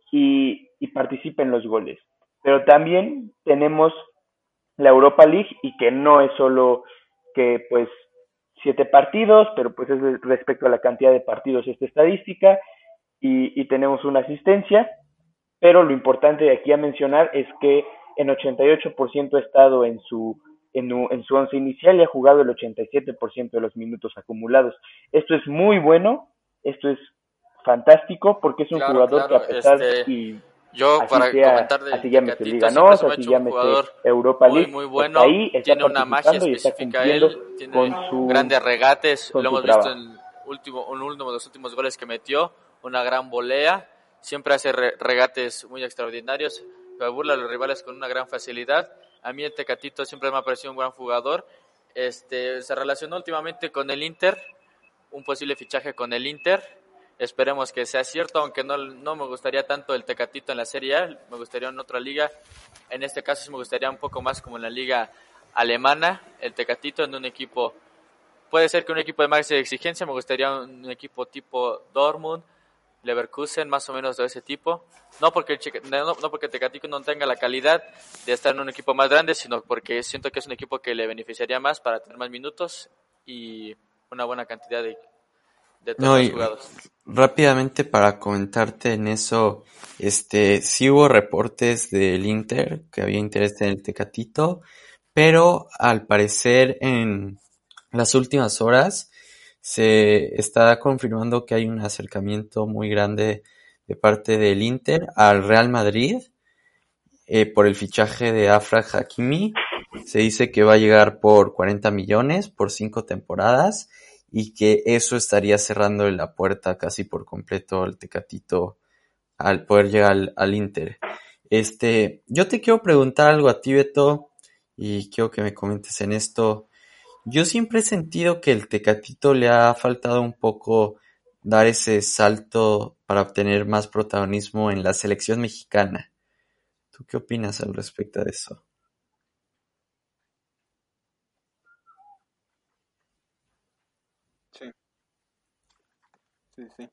[SPEAKER 4] y, y participa en los goles. Pero también tenemos la Europa League, y que no es solo que pues siete partidos, pero pues es respecto a la cantidad de partidos esta estadística, y, y tenemos una asistencia, pero lo importante de aquí a mencionar es que en ochenta y ocho por ciento ha estado en su en, en su once inicial y ha jugado el ochenta y siete por ciento de los minutos acumulados. Esto es muy bueno, esto es fantástico porque es un
[SPEAKER 2] Claro,
[SPEAKER 4] jugador que
[SPEAKER 2] claro.
[SPEAKER 4] a pesar
[SPEAKER 2] Este,
[SPEAKER 4] y
[SPEAKER 2] yo
[SPEAKER 4] así
[SPEAKER 2] para
[SPEAKER 4] sea,
[SPEAKER 2] comentar del
[SPEAKER 4] así llámese
[SPEAKER 2] Tecatito,
[SPEAKER 4] Liga
[SPEAKER 2] siempre
[SPEAKER 4] NOS,
[SPEAKER 2] se me ha
[SPEAKER 4] así
[SPEAKER 2] hecho un
[SPEAKER 4] llámese
[SPEAKER 2] jugador
[SPEAKER 4] Europa
[SPEAKER 2] muy,
[SPEAKER 4] League,
[SPEAKER 2] muy
[SPEAKER 4] está
[SPEAKER 2] bueno.
[SPEAKER 4] ahí, está
[SPEAKER 2] Tiene una magia
[SPEAKER 4] participando y está
[SPEAKER 2] específica
[SPEAKER 4] cumpliendo
[SPEAKER 2] él.
[SPEAKER 4] con
[SPEAKER 2] Tiene
[SPEAKER 4] su
[SPEAKER 2] grandes regates.
[SPEAKER 4] con
[SPEAKER 2] Lo
[SPEAKER 4] su
[SPEAKER 2] hemos visto
[SPEAKER 4] trabajo.
[SPEAKER 2] en el último, en uno de los últimos goles que metió. Una gran volea. Siempre hace re- regates muy extraordinarios. Pero burla a los rivales con una gran facilidad. A mí el Tecatito siempre me ha parecido un gran jugador. Este, se relacionó últimamente con el Inter. Un posible fichaje con el Inter. Esperemos que sea cierto, aunque no, no me gustaría tanto el Tecatito en la Serie A, me gustaría en otra liga. En este caso sí me gustaría un poco más como en la liga alemana, el Tecatito en un equipo, puede ser que un equipo de máxima exigencia, me gustaría un equipo tipo Dortmund, Leverkusen, más o menos de ese tipo. No porque el, no, no porque el Tecatito no tenga la calidad de estar en un equipo más grande, sino porque siento que es un equipo que le beneficiaría más para tener más minutos y una buena cantidad de de
[SPEAKER 3] No,
[SPEAKER 2] torneos
[SPEAKER 3] y
[SPEAKER 2] jugados.
[SPEAKER 3] rápidamente para comentarte en eso, este, sí hubo reportes del Inter que había interés en el Tecatito, pero al parecer en las últimas horas se está confirmando que hay un acercamiento muy grande de parte del Inter al Real Madrid eh, por el fichaje de Achraf Hakimi. Se dice que va a llegar por cuarenta millones por cinco temporadas y que eso estaría cerrando la puerta casi por completo al Tecatito al poder llegar al, al Inter. Este, yo te quiero preguntar algo a ti, Beto, y quiero que me comentes en esto. Yo siempre he sentido que el Tecatito le ha faltado un poco dar ese salto para obtener más protagonismo en la selección mexicana. ¿Tú qué opinas al respecto de eso?
[SPEAKER 5] Sí, sí, sí.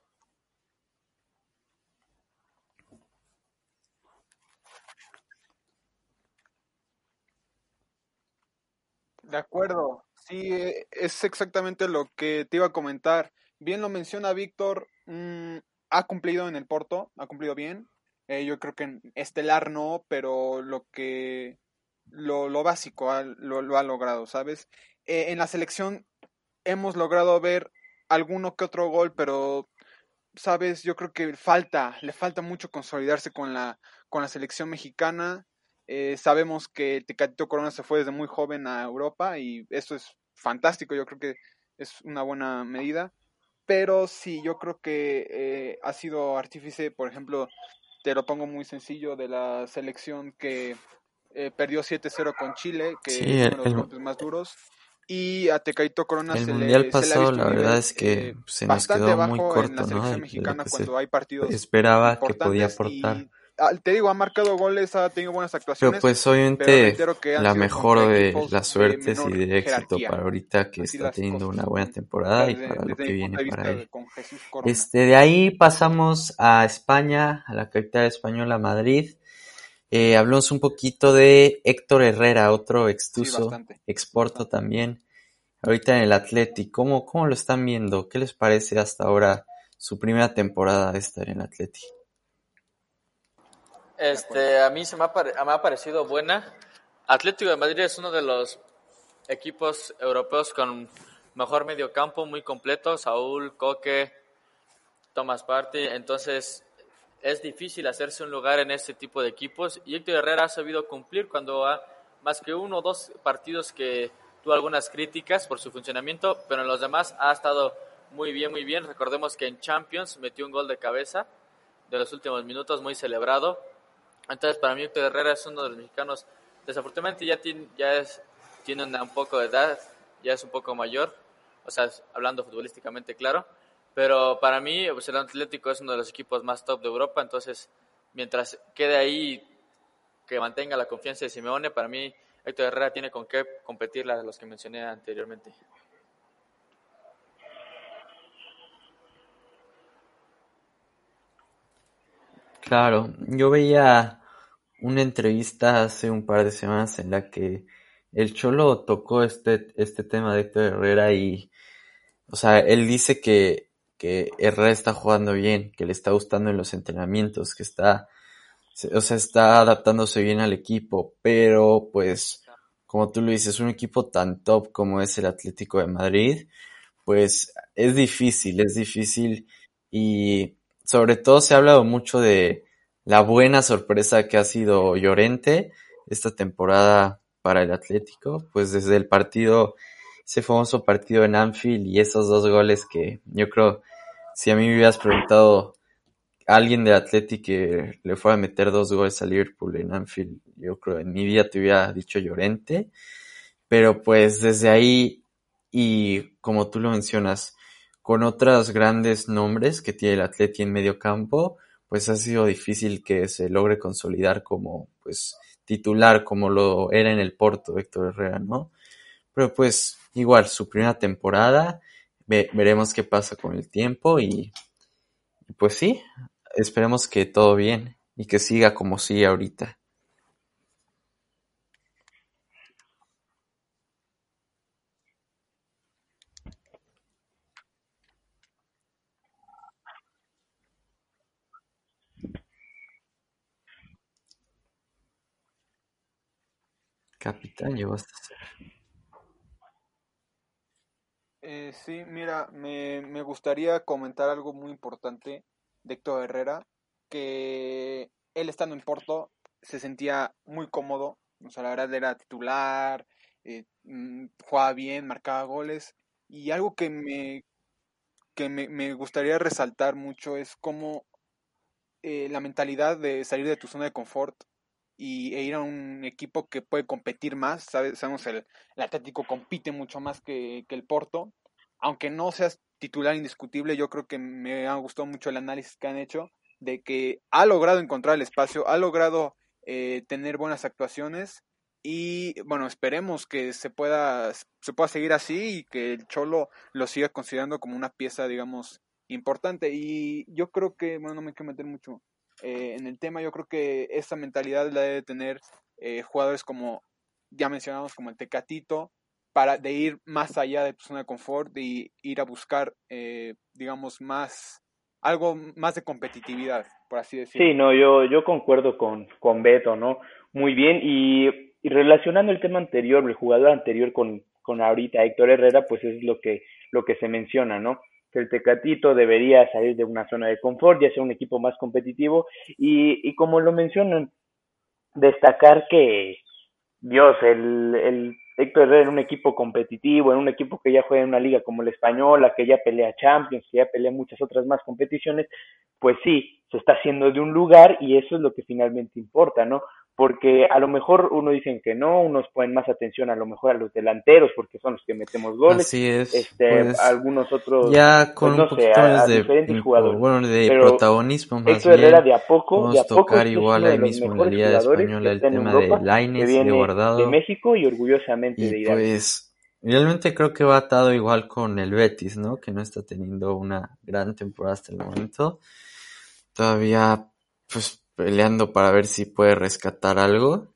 [SPEAKER 5] De acuerdo, sí, eh, es exactamente lo que te iba a comentar. Bien lo menciona Víctor, mm, ha cumplido en el Porto, ha cumplido bien. Eh, yo creo que en estelar no, pero lo que lo, lo básico ha- lo, lo ha logrado, ¿sabes? Eh, en la selección hemos logrado ver alguno que otro gol, pero sabes, yo creo que falta, le falta mucho consolidarse con la, con la selección mexicana. Eh, sabemos que Tecatito Corona se fue desde muy joven a Europa y eso es fantástico, yo creo que es una buena medida. Pero sí, yo creo que eh, ha sido artífice, por ejemplo, te lo pongo muy sencillo, de la selección que eh, perdió siete cero con Chile,
[SPEAKER 3] Sí,
[SPEAKER 5] que es uno
[SPEAKER 3] el,
[SPEAKER 5] de los
[SPEAKER 3] el,
[SPEAKER 5] golpes más duros. Y a Tecatito Corona
[SPEAKER 3] el
[SPEAKER 5] se
[SPEAKER 3] mundial
[SPEAKER 5] le, se le ha
[SPEAKER 3] pasado
[SPEAKER 5] visto
[SPEAKER 3] la
[SPEAKER 5] un
[SPEAKER 3] verdad
[SPEAKER 5] nivel
[SPEAKER 3] es que
[SPEAKER 5] eh,
[SPEAKER 3] se nos
[SPEAKER 5] bastante
[SPEAKER 3] quedó muy
[SPEAKER 5] bajo en la
[SPEAKER 3] corto, ¿no?
[SPEAKER 5] selección
[SPEAKER 3] De, de lo
[SPEAKER 5] mexicana
[SPEAKER 3] que se
[SPEAKER 5] cuando hay partidos
[SPEAKER 3] esperaba que podía
[SPEAKER 5] importantes.
[SPEAKER 3] aportar.
[SPEAKER 5] Y ah, te digo, ha marcado goles, ha tenido buenas
[SPEAKER 3] Pero
[SPEAKER 5] actuaciones,
[SPEAKER 3] pues
[SPEAKER 5] pero
[SPEAKER 3] obviamente
[SPEAKER 5] reitero que han
[SPEAKER 3] la
[SPEAKER 5] sido contra
[SPEAKER 3] mejor de
[SPEAKER 5] equipos
[SPEAKER 3] las
[SPEAKER 5] de
[SPEAKER 3] suertes y
[SPEAKER 5] menor
[SPEAKER 3] de éxito
[SPEAKER 5] jerarquía.
[SPEAKER 3] para ahorita que
[SPEAKER 5] Así
[SPEAKER 3] está
[SPEAKER 5] las
[SPEAKER 3] teniendo una
[SPEAKER 5] cosas.
[SPEAKER 3] buena temporada y
[SPEAKER 5] Desde,
[SPEAKER 3] para lo
[SPEAKER 5] desde
[SPEAKER 3] que
[SPEAKER 5] mi punto
[SPEAKER 3] viene
[SPEAKER 5] de
[SPEAKER 3] para
[SPEAKER 5] vista
[SPEAKER 3] él.
[SPEAKER 5] de, con Jesús Corona.
[SPEAKER 3] Este, de ahí pasamos a España, a la capital española, Madrid. Eh, hablamos un poquito de Héctor Herrera, otro
[SPEAKER 5] Sí,
[SPEAKER 3] extuso,
[SPEAKER 5] bastante.
[SPEAKER 3] exporto
[SPEAKER 5] Bastante.
[SPEAKER 3] también. Ahorita en el Atleti, ¿cómo, cómo lo están viendo? ¿Qué les parece hasta ahora su primera temporada de estar en el Atleti?
[SPEAKER 2] Este, a mí se me ha, pare- me ha parecido buena. Atlético de Madrid es uno de los equipos europeos con mejor mediocampo, muy completo. Saúl, Coque, Thomas Partey. Entonces, es difícil hacerse un lugar en este tipo de equipos. Y Héctor Herrera ha sabido cumplir cuando ha, más que uno o dos partidos que tuvo algunas críticas por su funcionamiento, pero en los demás ha estado muy bien, muy bien. Recordemos que en Champions metió un gol de cabeza de los últimos minutos, muy celebrado. Entonces, para mí, Héctor Herrera es uno de los mexicanos. Desafortunadamente, ya tiene, ya es, tiene una, un poco de edad, ya es un poco mayor, o sea, hablando futbolísticamente, claro. Pero para mí, pues, el Atlético es uno de los equipos más top de Europa. Entonces, mientras quede ahí, que mantenga la confianza de Simeone, para mí, Héctor Herrera tiene con qué competir a los que mencioné anteriormente.
[SPEAKER 3] Claro, yo veía una entrevista hace un par de semanas en la que el Cholo tocó este, este tema de Héctor Herrera y, o sea, él dice que, que Herrera está jugando bien, que le está gustando en los entrenamientos, que está, o sea, está adaptándose bien al equipo, pero pues, como tú lo dices, un equipo tan top como es el Atlético de Madrid, pues es difícil, es difícil y sobre todo se ha hablado mucho de la buena sorpresa que ha sido Llorente esta temporada para el Atlético, pues desde el partido, ese famoso partido en Anfield y esos dos goles que yo creo, si a mí me hubieras preguntado a alguien del Atlético que le fuera a meter dos goles a Liverpool en Anfield, yo creo en mi vida te hubiera dicho Llorente, pero pues desde ahí y como tú lo mencionas, con otros grandes nombres que tiene el Atleti en medio campo, pues ha sido difícil que se logre consolidar como pues titular como lo era en el Porto Héctor Herrera, ¿no? Pero pues igual su primera temporada, ve- veremos qué pasa con el tiempo y, y pues sí, esperemos que todo bien y que siga como sigue ahorita. Capitán, llevaste a ser.
[SPEAKER 5] Eh, sí, mira, me, me gustaría comentar algo muy importante de Héctor Herrera, que él estando en Porto se sentía muy cómodo, o sea, la verdad era titular, eh, mm, jugaba bien, marcaba goles, y algo que me, que me, me gustaría resaltar mucho es cómo eh, la mentalidad de salir de tu zona de confort y, e ir a un equipo que puede competir más, ¿sabes? Sabemos el, el Atlético compite mucho más que, que el Porto, aunque no seas titular indiscutible, yo creo que me ha gustado mucho el análisis que han hecho de que ha logrado encontrar el espacio, ha logrado eh, tener buenas actuaciones y bueno, esperemos que se pueda, se pueda seguir así y que el Cholo lo siga considerando como una pieza, digamos, importante. Y yo creo que, bueno, no me quiero meter mucho eh, en el tema, yo creo que esa mentalidad la debe tener eh, jugadores como ya mencionamos, como el Tecatito, para de ir más allá de tu zona de confort y ir a buscar, eh, digamos, más, algo más de competitividad, por así decirlo.
[SPEAKER 4] Sí, no, yo, yo concuerdo con, con Beto, ¿no? Muy bien, y, y relacionando el tema anterior, el jugador anterior con, con ahorita Héctor Herrera, pues es lo que, lo que se menciona, ¿no? Que el Tecatito debería salir de una zona de confort, ya sea un equipo más competitivo, y, y como lo mencionan, destacar que Dios, el, el Héctor Herrera en un equipo competitivo, en un equipo que ya juega en una liga como la española, que ya pelea Champions, que ya pelea muchas otras más competiciones, pues sí, se está haciendo de un lugar y eso es lo que finalmente importa, ¿no? Porque a lo mejor uno dicen que no, unos ponen más atención a lo mejor a los delanteros porque son los que metemos goles,
[SPEAKER 3] Así es,
[SPEAKER 4] este,
[SPEAKER 3] pues
[SPEAKER 4] algunos otros,
[SPEAKER 3] ya
[SPEAKER 4] pues
[SPEAKER 3] con un
[SPEAKER 4] no sé,
[SPEAKER 3] poquito
[SPEAKER 4] a,
[SPEAKER 3] más
[SPEAKER 4] a
[SPEAKER 3] de,
[SPEAKER 4] diferentes
[SPEAKER 3] impo-
[SPEAKER 4] jugadores.
[SPEAKER 3] bueno, de
[SPEAKER 4] Pero
[SPEAKER 3] protagonismo más
[SPEAKER 4] Héctor Herrera
[SPEAKER 3] bien,
[SPEAKER 4] de a poco, de
[SPEAKER 3] podemos
[SPEAKER 4] a poco
[SPEAKER 3] tocar
[SPEAKER 4] es
[SPEAKER 3] igual
[SPEAKER 4] uno de
[SPEAKER 3] ahí
[SPEAKER 4] los
[SPEAKER 3] mismo en la
[SPEAKER 4] mejores
[SPEAKER 3] Liga
[SPEAKER 4] jugadores que
[SPEAKER 3] Española el
[SPEAKER 4] está en
[SPEAKER 3] tema de
[SPEAKER 4] Europa, que
[SPEAKER 3] Lainez y de
[SPEAKER 4] viene de
[SPEAKER 3] Guardado,
[SPEAKER 4] México y orgullosamente
[SPEAKER 3] y
[SPEAKER 4] de Hidalgo.
[SPEAKER 3] pues realmente creo que va atado igual con el Betis, ¿no? Que no está teniendo una gran temporada hasta el momento, todavía pues peleando para ver si puede rescatar algo,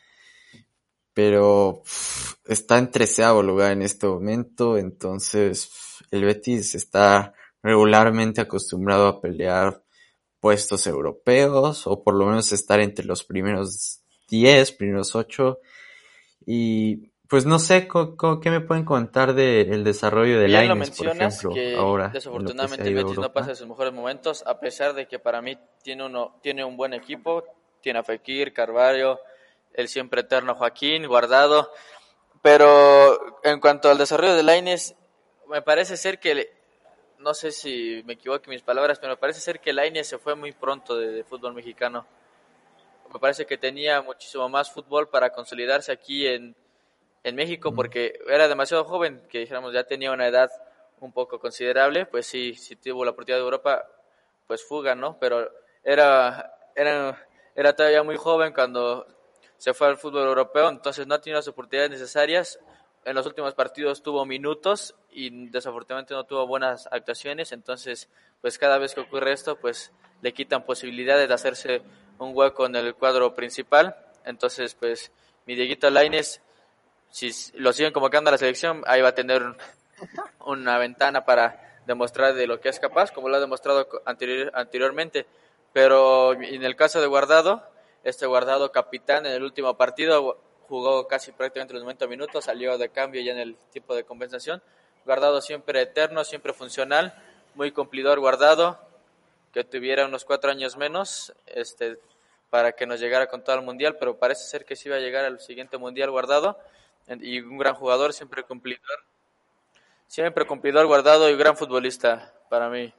[SPEAKER 3] pero pff, está en treceavo lugar en este momento, entonces pff, el Betis está regularmente acostumbrado a pelear puestos europeos, o por lo menos estar entre los primeros diez, primeros ocho. Y pues no sé, co- co- ¿qué me pueden contar del desarrollo de
[SPEAKER 2] Bien lo
[SPEAKER 3] Lainez, por
[SPEAKER 2] mencionas,
[SPEAKER 3] ejemplo,
[SPEAKER 2] que
[SPEAKER 3] ahora en lo que se ha
[SPEAKER 2] desafortunadamente
[SPEAKER 3] ido a
[SPEAKER 2] Betis no pasa
[SPEAKER 3] Europa?
[SPEAKER 2] sus mejores momentos, a pesar de que para mí tiene uno tiene un buen equipo, tiene a Fekir, Carvalho, el siempre eterno Joaquín, Guardado, pero en cuanto al desarrollo de Lainez, me parece ser que, le- no sé si me equivoco en mis palabras, pero me parece ser que Lainez se fue muy pronto de, de fútbol mexicano. Me parece que tenía muchísimo más fútbol para consolidarse aquí en, en México
[SPEAKER 3] Mm.
[SPEAKER 2] porque era demasiado joven, que dijéramos ya tenía una edad un poco considerable, pues sí, sí tuvo la oportunidad de Europa, pues fuga, ¿no? Pero era, era, era todavía muy joven cuando se fue al fútbol europeo, entonces no ha tenido las oportunidades necesarias. En los últimos partidos tuvo minutos y desafortunadamente no tuvo buenas actuaciones, entonces pues cada vez que ocurre esto, pues le quitan posibilidades de hacerse un hueco en el cuadro principal. Entonces pues mi Dieguito Lainez, si lo siguen convocando a la selección, ahí va a tener una ventana para demostrar de lo que es capaz, como lo ha demostrado anterior, anteriormente. Pero en el caso de Guardado, este Guardado capitán en el último partido jugó casi prácticamente los noventa minutos, salió de cambio ya en el tiempo de compensación. Guardado siempre eterno, siempre funcional, muy cumplidor Guardado, que tuviera unos cuatro años menos, este, para que nos llegara con todo el mundial, pero parece ser que sí va a llegar al siguiente mundial Guardado, y un gran jugador, siempre cumplidor, siempre cumplidor Guardado y gran futbolista para mí.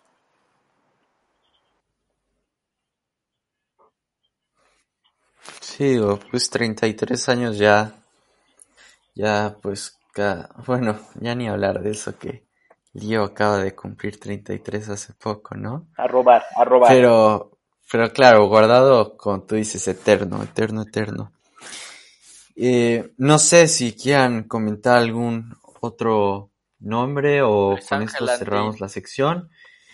[SPEAKER 3] Sí, digo, pues treinta y tres años ya, ya pues, ca- bueno, ya ni hablar de eso que Leo acaba de cumplir treinta y tres hace poco, ¿no?
[SPEAKER 4] A robar, a robar.
[SPEAKER 3] Pero, pero claro, Guardado, como tú dices, eterno, eterno, eterno. Eh, no sé si quieran comentar algún otro nombre o
[SPEAKER 2] Luis
[SPEAKER 3] con esto
[SPEAKER 2] Ángel
[SPEAKER 3] cerramos
[SPEAKER 2] Landín.
[SPEAKER 3] la sección.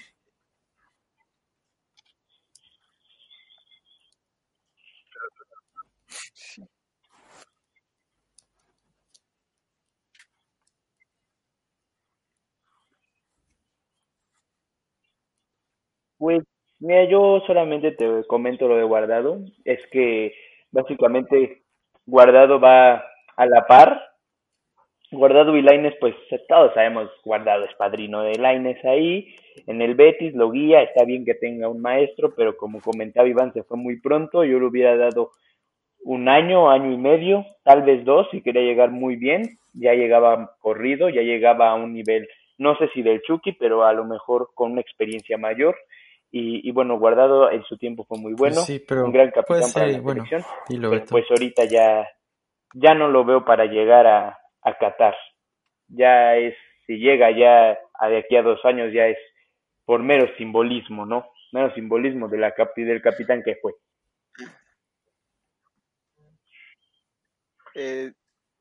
[SPEAKER 4] Pues, mira, yo solamente te comento lo de Guardado. Es que básicamente Guardado va a la par. Guardado y Lainez, pues todos sabemos, Guardado es padrino de Lainez ahí. En el Betis lo guía, está bien que tenga un maestro, pero como comentaba Iván, se fue muy pronto. Yo le hubiera dado un año, año y medio, tal vez dos, si quería llegar muy bien. Ya llegaba corrido, ya llegaba a un nivel, no sé si del Chucky, pero a lo mejor con una experiencia mayor. Y, y bueno, Guardado en su tiempo fue muy
[SPEAKER 3] Pues
[SPEAKER 4] bueno,
[SPEAKER 3] sí,
[SPEAKER 4] un
[SPEAKER 3] pero
[SPEAKER 4] gran
[SPEAKER 3] puede
[SPEAKER 4] capitán para
[SPEAKER 3] ser, y
[SPEAKER 4] la
[SPEAKER 3] bueno,
[SPEAKER 4] selección,
[SPEAKER 3] dilo
[SPEAKER 4] pero
[SPEAKER 3] Beto.
[SPEAKER 4] pues ahorita ya, ya no lo veo para llegar a, a Qatar. Ya es, si llega ya a de aquí a dos años, ya es por mero simbolismo, ¿no? Mero simbolismo de la capi, del capitán que fue.
[SPEAKER 5] Eh,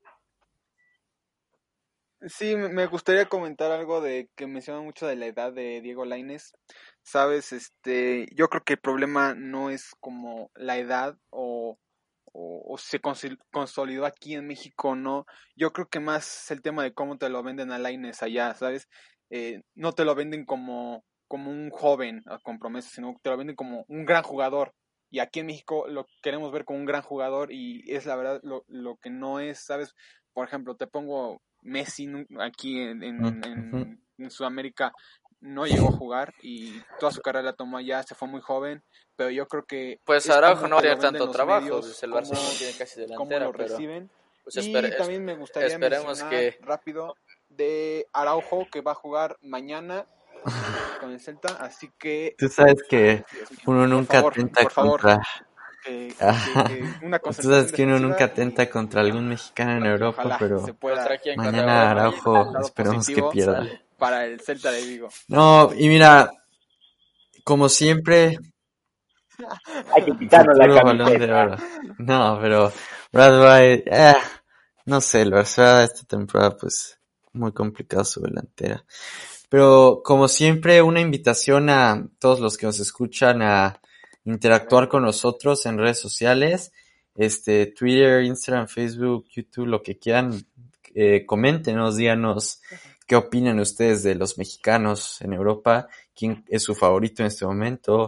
[SPEAKER 5] sí, me me gustaría comentar algo de que mencionan mucho de la edad de Diego Lainez. Sabes, este, yo creo que el problema no es como la edad o, o, o se consil- consolidó aquí en México, no. Yo creo que más es el tema de cómo te lo venden a Lainez allá, ¿sabes? Eh, no te lo venden como, como un joven ah, con promesas, sino te lo venden como un gran jugador. Y aquí en México lo queremos ver como un gran jugador y es la verdad lo, lo que no es, ¿sabes? Por ejemplo, te pongo Messi nu- aquí en,
[SPEAKER 3] Mm,
[SPEAKER 5] en,
[SPEAKER 3] ujú.
[SPEAKER 5] en, en Sudamérica no llegó a jugar y toda su carrera la tomó allá, se fue muy joven, pero yo creo que
[SPEAKER 2] Pues
[SPEAKER 5] es
[SPEAKER 2] Araujo
[SPEAKER 5] como
[SPEAKER 2] no va a
[SPEAKER 5] te lo
[SPEAKER 2] tener
[SPEAKER 5] venden
[SPEAKER 2] tanto
[SPEAKER 5] los
[SPEAKER 2] trabajo,
[SPEAKER 5] medios,
[SPEAKER 2] pues el
[SPEAKER 5] cómo,
[SPEAKER 2] Barcelona no tiene casi
[SPEAKER 5] cómo lo
[SPEAKER 2] delantera, pero
[SPEAKER 5] reciben.
[SPEAKER 2] pues
[SPEAKER 5] Y
[SPEAKER 2] espere, es-
[SPEAKER 5] también me gustaría
[SPEAKER 2] esperemos
[SPEAKER 5] mencionar
[SPEAKER 2] que
[SPEAKER 5] rápido de Araujo que va a jugar mañana con el Celta, así que,
[SPEAKER 3] Tú sabes que
[SPEAKER 5] Dios mío,
[SPEAKER 3] uno
[SPEAKER 5] por
[SPEAKER 3] nunca
[SPEAKER 5] favor,
[SPEAKER 3] atenta
[SPEAKER 5] por favor,
[SPEAKER 3] contra...
[SPEAKER 5] que, que,
[SPEAKER 3] Ajá.
[SPEAKER 5] que una
[SPEAKER 3] Tú sabes
[SPEAKER 5] concentración
[SPEAKER 3] que uno nunca
[SPEAKER 5] defensiva y,
[SPEAKER 3] atenta contra
[SPEAKER 5] y ya.
[SPEAKER 3] algún mexicano en
[SPEAKER 5] Y
[SPEAKER 3] Europa,
[SPEAKER 5] ojalá se
[SPEAKER 3] pero
[SPEAKER 5] pueda
[SPEAKER 2] contra quién, contra
[SPEAKER 3] mañana
[SPEAKER 5] conseguir
[SPEAKER 2] Europa.
[SPEAKER 5] un
[SPEAKER 3] Araujo
[SPEAKER 5] resultado
[SPEAKER 3] esperemos que
[SPEAKER 5] positivo
[SPEAKER 3] pierda.
[SPEAKER 2] Sale.
[SPEAKER 5] para el Celta de Vigo.
[SPEAKER 3] No, y mira, como siempre,
[SPEAKER 4] Hay que quitarnos la
[SPEAKER 3] futuro balón de
[SPEAKER 4] camiseta.
[SPEAKER 3] oro. No, pero Brad White, eh, no sé, el Barça esta temporada pues muy complicado su delantera. Pero como siempre, una invitación a todos los que nos escuchan a interactuar con nosotros en redes sociales, este Twitter, Instagram, Facebook, YouTube, lo que quieran, eh, coméntenos, díganos qué opinan ustedes de los mexicanos en Europa, quién es su favorito en este momento,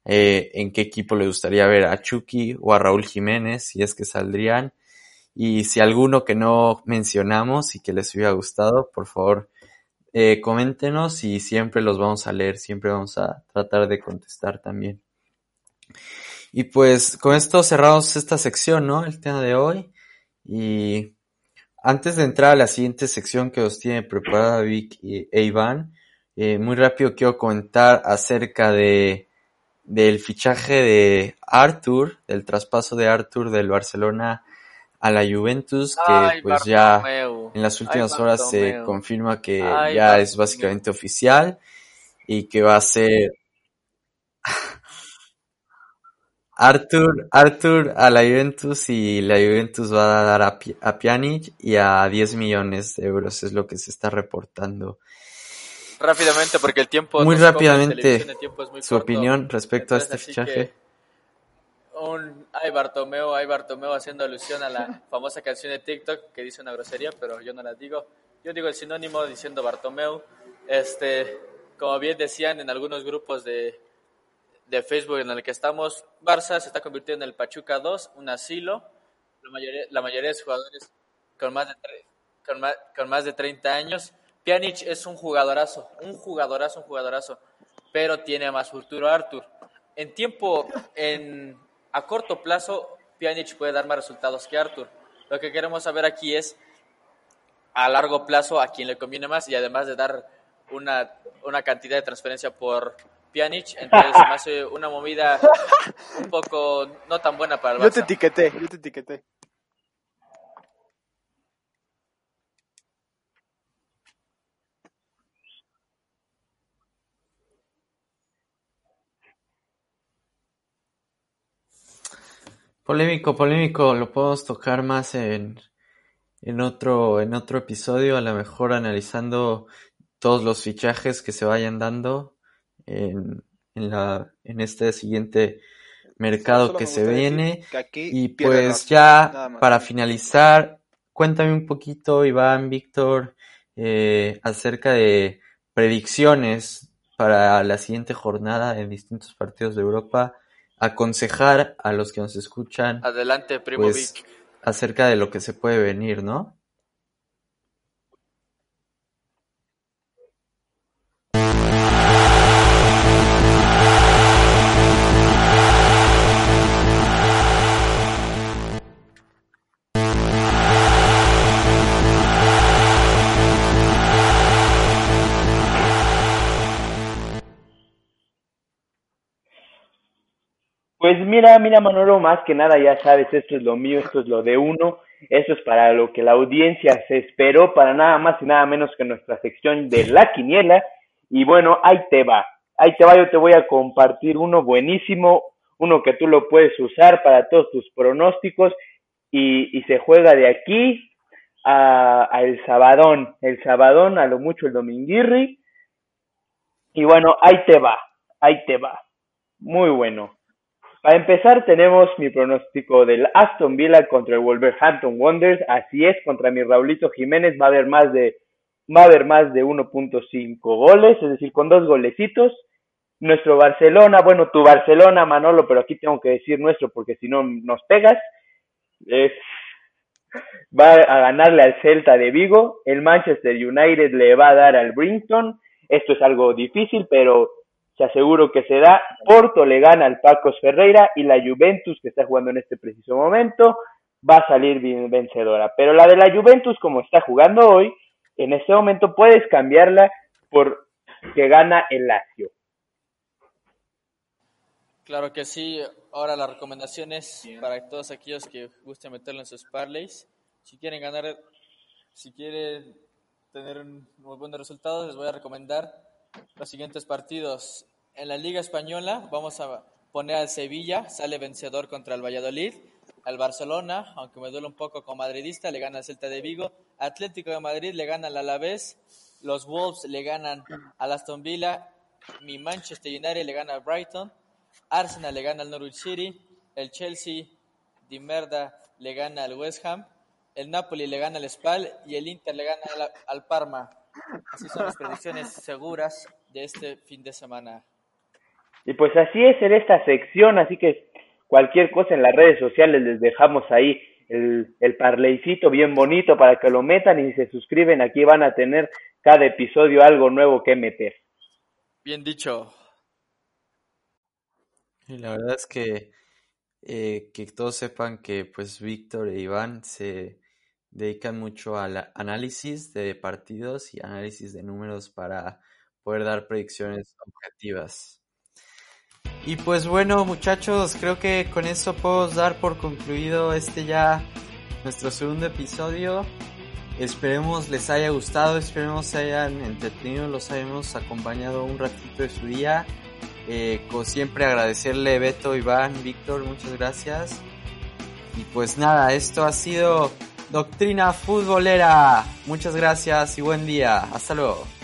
[SPEAKER 3] eh, en qué equipo le gustaría ver a Chucky o a Raúl Jiménez, si es que saldrían. Y si alguno que no mencionamos y que les hubiera gustado, por favor, eh, coméntenos y siempre los vamos a leer, siempre vamos a tratar de contestar también. Y pues con esto cerramos esta sección, ¿no? El tema de hoy. Y antes de entrar a la siguiente sección que os tiene preparada Vic y, e Iván, eh, muy rápido quiero comentar acerca de del fichaje de Arthur, del traspaso de Arthur del Barcelona a la Juventus, que
[SPEAKER 2] Ay,
[SPEAKER 3] pues ya
[SPEAKER 2] Bartomeu.
[SPEAKER 3] en las
[SPEAKER 2] Ay,
[SPEAKER 3] últimas horas se
[SPEAKER 2] Bartomeu.
[SPEAKER 3] confirma que
[SPEAKER 2] Ay,
[SPEAKER 3] ya es
[SPEAKER 2] Bartomeu.
[SPEAKER 3] básicamente oficial y que va a ser Arthur, Arthur a la Juventus, y la Juventus va a dar a, Pi- a Pjanic y a diez millones de euros, es lo que se está reportando.
[SPEAKER 2] Rápidamente, porque el tiempo
[SPEAKER 3] Muy
[SPEAKER 2] no se come en
[SPEAKER 3] rápidamente,
[SPEAKER 2] televisión, el tiempo es muy
[SPEAKER 3] su
[SPEAKER 2] corto.
[SPEAKER 3] opinión respecto a
[SPEAKER 2] Entonces,
[SPEAKER 3] este
[SPEAKER 2] así
[SPEAKER 3] fichaje.
[SPEAKER 2] que un ay Bartomeu, ay Bartomeu, haciendo alusión a la famosa canción de TikTok que dice una grosería, pero yo no la digo. Yo digo el sinónimo diciendo Bartomeu. Este, como bien decían en algunos grupos de, de Facebook en el que estamos, Barça se está convirtiendo en el Pachuca dos, un asilo. La mayoría, la mayoría de jugadores con más de, tre- con más, con más de treinta años. Pjanic es un jugadorazo, un jugadorazo, un jugadorazo, pero tiene más futuro Arthur. En tiempo, en, a corto plazo, Pjanic puede dar más resultados que Arthur. Lo que queremos saber aquí es, a largo plazo, a quién le conviene más, y además de dar una, una cantidad de transferencia por Pjanic, entonces se me hace una movida un poco no tan buena para el
[SPEAKER 5] Yo te
[SPEAKER 2] Barça.
[SPEAKER 5] etiqueté, yo te etiqueté.
[SPEAKER 3] Polémico, polémico, lo podemos tocar más en, en otro, en otro episodio, a lo mejor analizando todos los fichajes que se vayan dando en, en la, en este siguiente mercado
[SPEAKER 5] Solo
[SPEAKER 3] que
[SPEAKER 5] me
[SPEAKER 3] se
[SPEAKER 5] gusta decir
[SPEAKER 3] viene.
[SPEAKER 5] que aquí
[SPEAKER 3] Y
[SPEAKER 5] pierde el
[SPEAKER 3] pues
[SPEAKER 5] Barça,
[SPEAKER 3] ya
[SPEAKER 5] nada más.
[SPEAKER 3] para finalizar, cuéntame un poquito, Iván, Víctor, eh, acerca de predicciones para la siguiente jornada en distintos partidos de Europa, aconsejar a los que nos escuchan,
[SPEAKER 2] Adelante, primo
[SPEAKER 3] pues,
[SPEAKER 2] Vic.
[SPEAKER 3] acerca de lo que se puede venir, ¿no?
[SPEAKER 4] Pues mira, mira Manolo, más que nada ya sabes, esto es lo mío, esto es lo de uno, esto es para lo que la audiencia se esperó, para nada más y nada menos que nuestra sección de la quiniela. Y bueno, ahí te va, ahí te va, yo te voy a compartir uno buenísimo, uno que tú lo puedes usar para todos tus pronósticos y, y se juega de aquí a, a el sabadón, el sabadón, a lo mucho el dominguirri. Y bueno, ahí te va, ahí te va, muy bueno. Para empezar, tenemos mi pronóstico del Aston Villa contra el Wolverhampton Wanderers. Así es, contra mi Raulito Jiménez va a haber más de va a haber más de uno punto cinco goles, es decir, con dos golecitos. Nuestro Barcelona, bueno, tu Barcelona, Manolo, pero aquí tengo que decir nuestro porque si no nos pegas, es, va a ganarle al Celta de Vigo. El Manchester United le va a dar al Brighton. Esto es algo difícil, pero se aseguro que se da. Porto le gana al Pacos Ferreira y la Juventus, que está jugando en este preciso momento, va a salir vencedora. Pero la de la Juventus, como está jugando hoy, en este momento puedes cambiarla por que gana el Lazio.
[SPEAKER 2] Claro que sí. Ahora la recomendación es para todos aquellos que gusten meterlo en sus parlays. Si quieren ganar, si quieren tener muy buenos resultados, les voy a recomendar los siguientes partidos. En la Liga Española vamos a poner al Sevilla, sale vencedor contra el Valladolid. Al Barcelona, aunque me duele un poco como madridista, le gana al Celta de Vigo. Atlético de Madrid le gana al Alavés. Los Wolves le ganan al Aston Villa. Mi Manchester United le gana al Brighton. Arsenal le gana al Norwich City. El Chelsea de merda le gana al West Ham. El Napoli le gana al Spal y el Inter le gana al, al Parma. Así son las predicciones seguras de este fin de semana.
[SPEAKER 4] Y pues así es en esta sección, así que cualquier cosa en las redes sociales les dejamos ahí el, el parleycito bien bonito para que lo metan y si se suscriben aquí van a tener cada episodio algo nuevo que meter.
[SPEAKER 2] Bien dicho.
[SPEAKER 3] Y la verdad es que eh, que todos sepan que pues Víctor e Iván se dedican mucho al análisis de partidos y análisis de números para poder dar predicciones objetivas. Y pues bueno, muchachos, creo que con eso podemos dar por concluido este ya nuestro segundo episodio. Esperemos les haya gustado, esperemos se hayan entretenido, los hayamos acompañado un ratito de su día. Eh, como siempre agradecerle Beto, Iván, Víctor, muchas gracias. Y pues nada, esto ha sido Doctrina Futbolera. Muchas gracias y buen día. Hasta luego.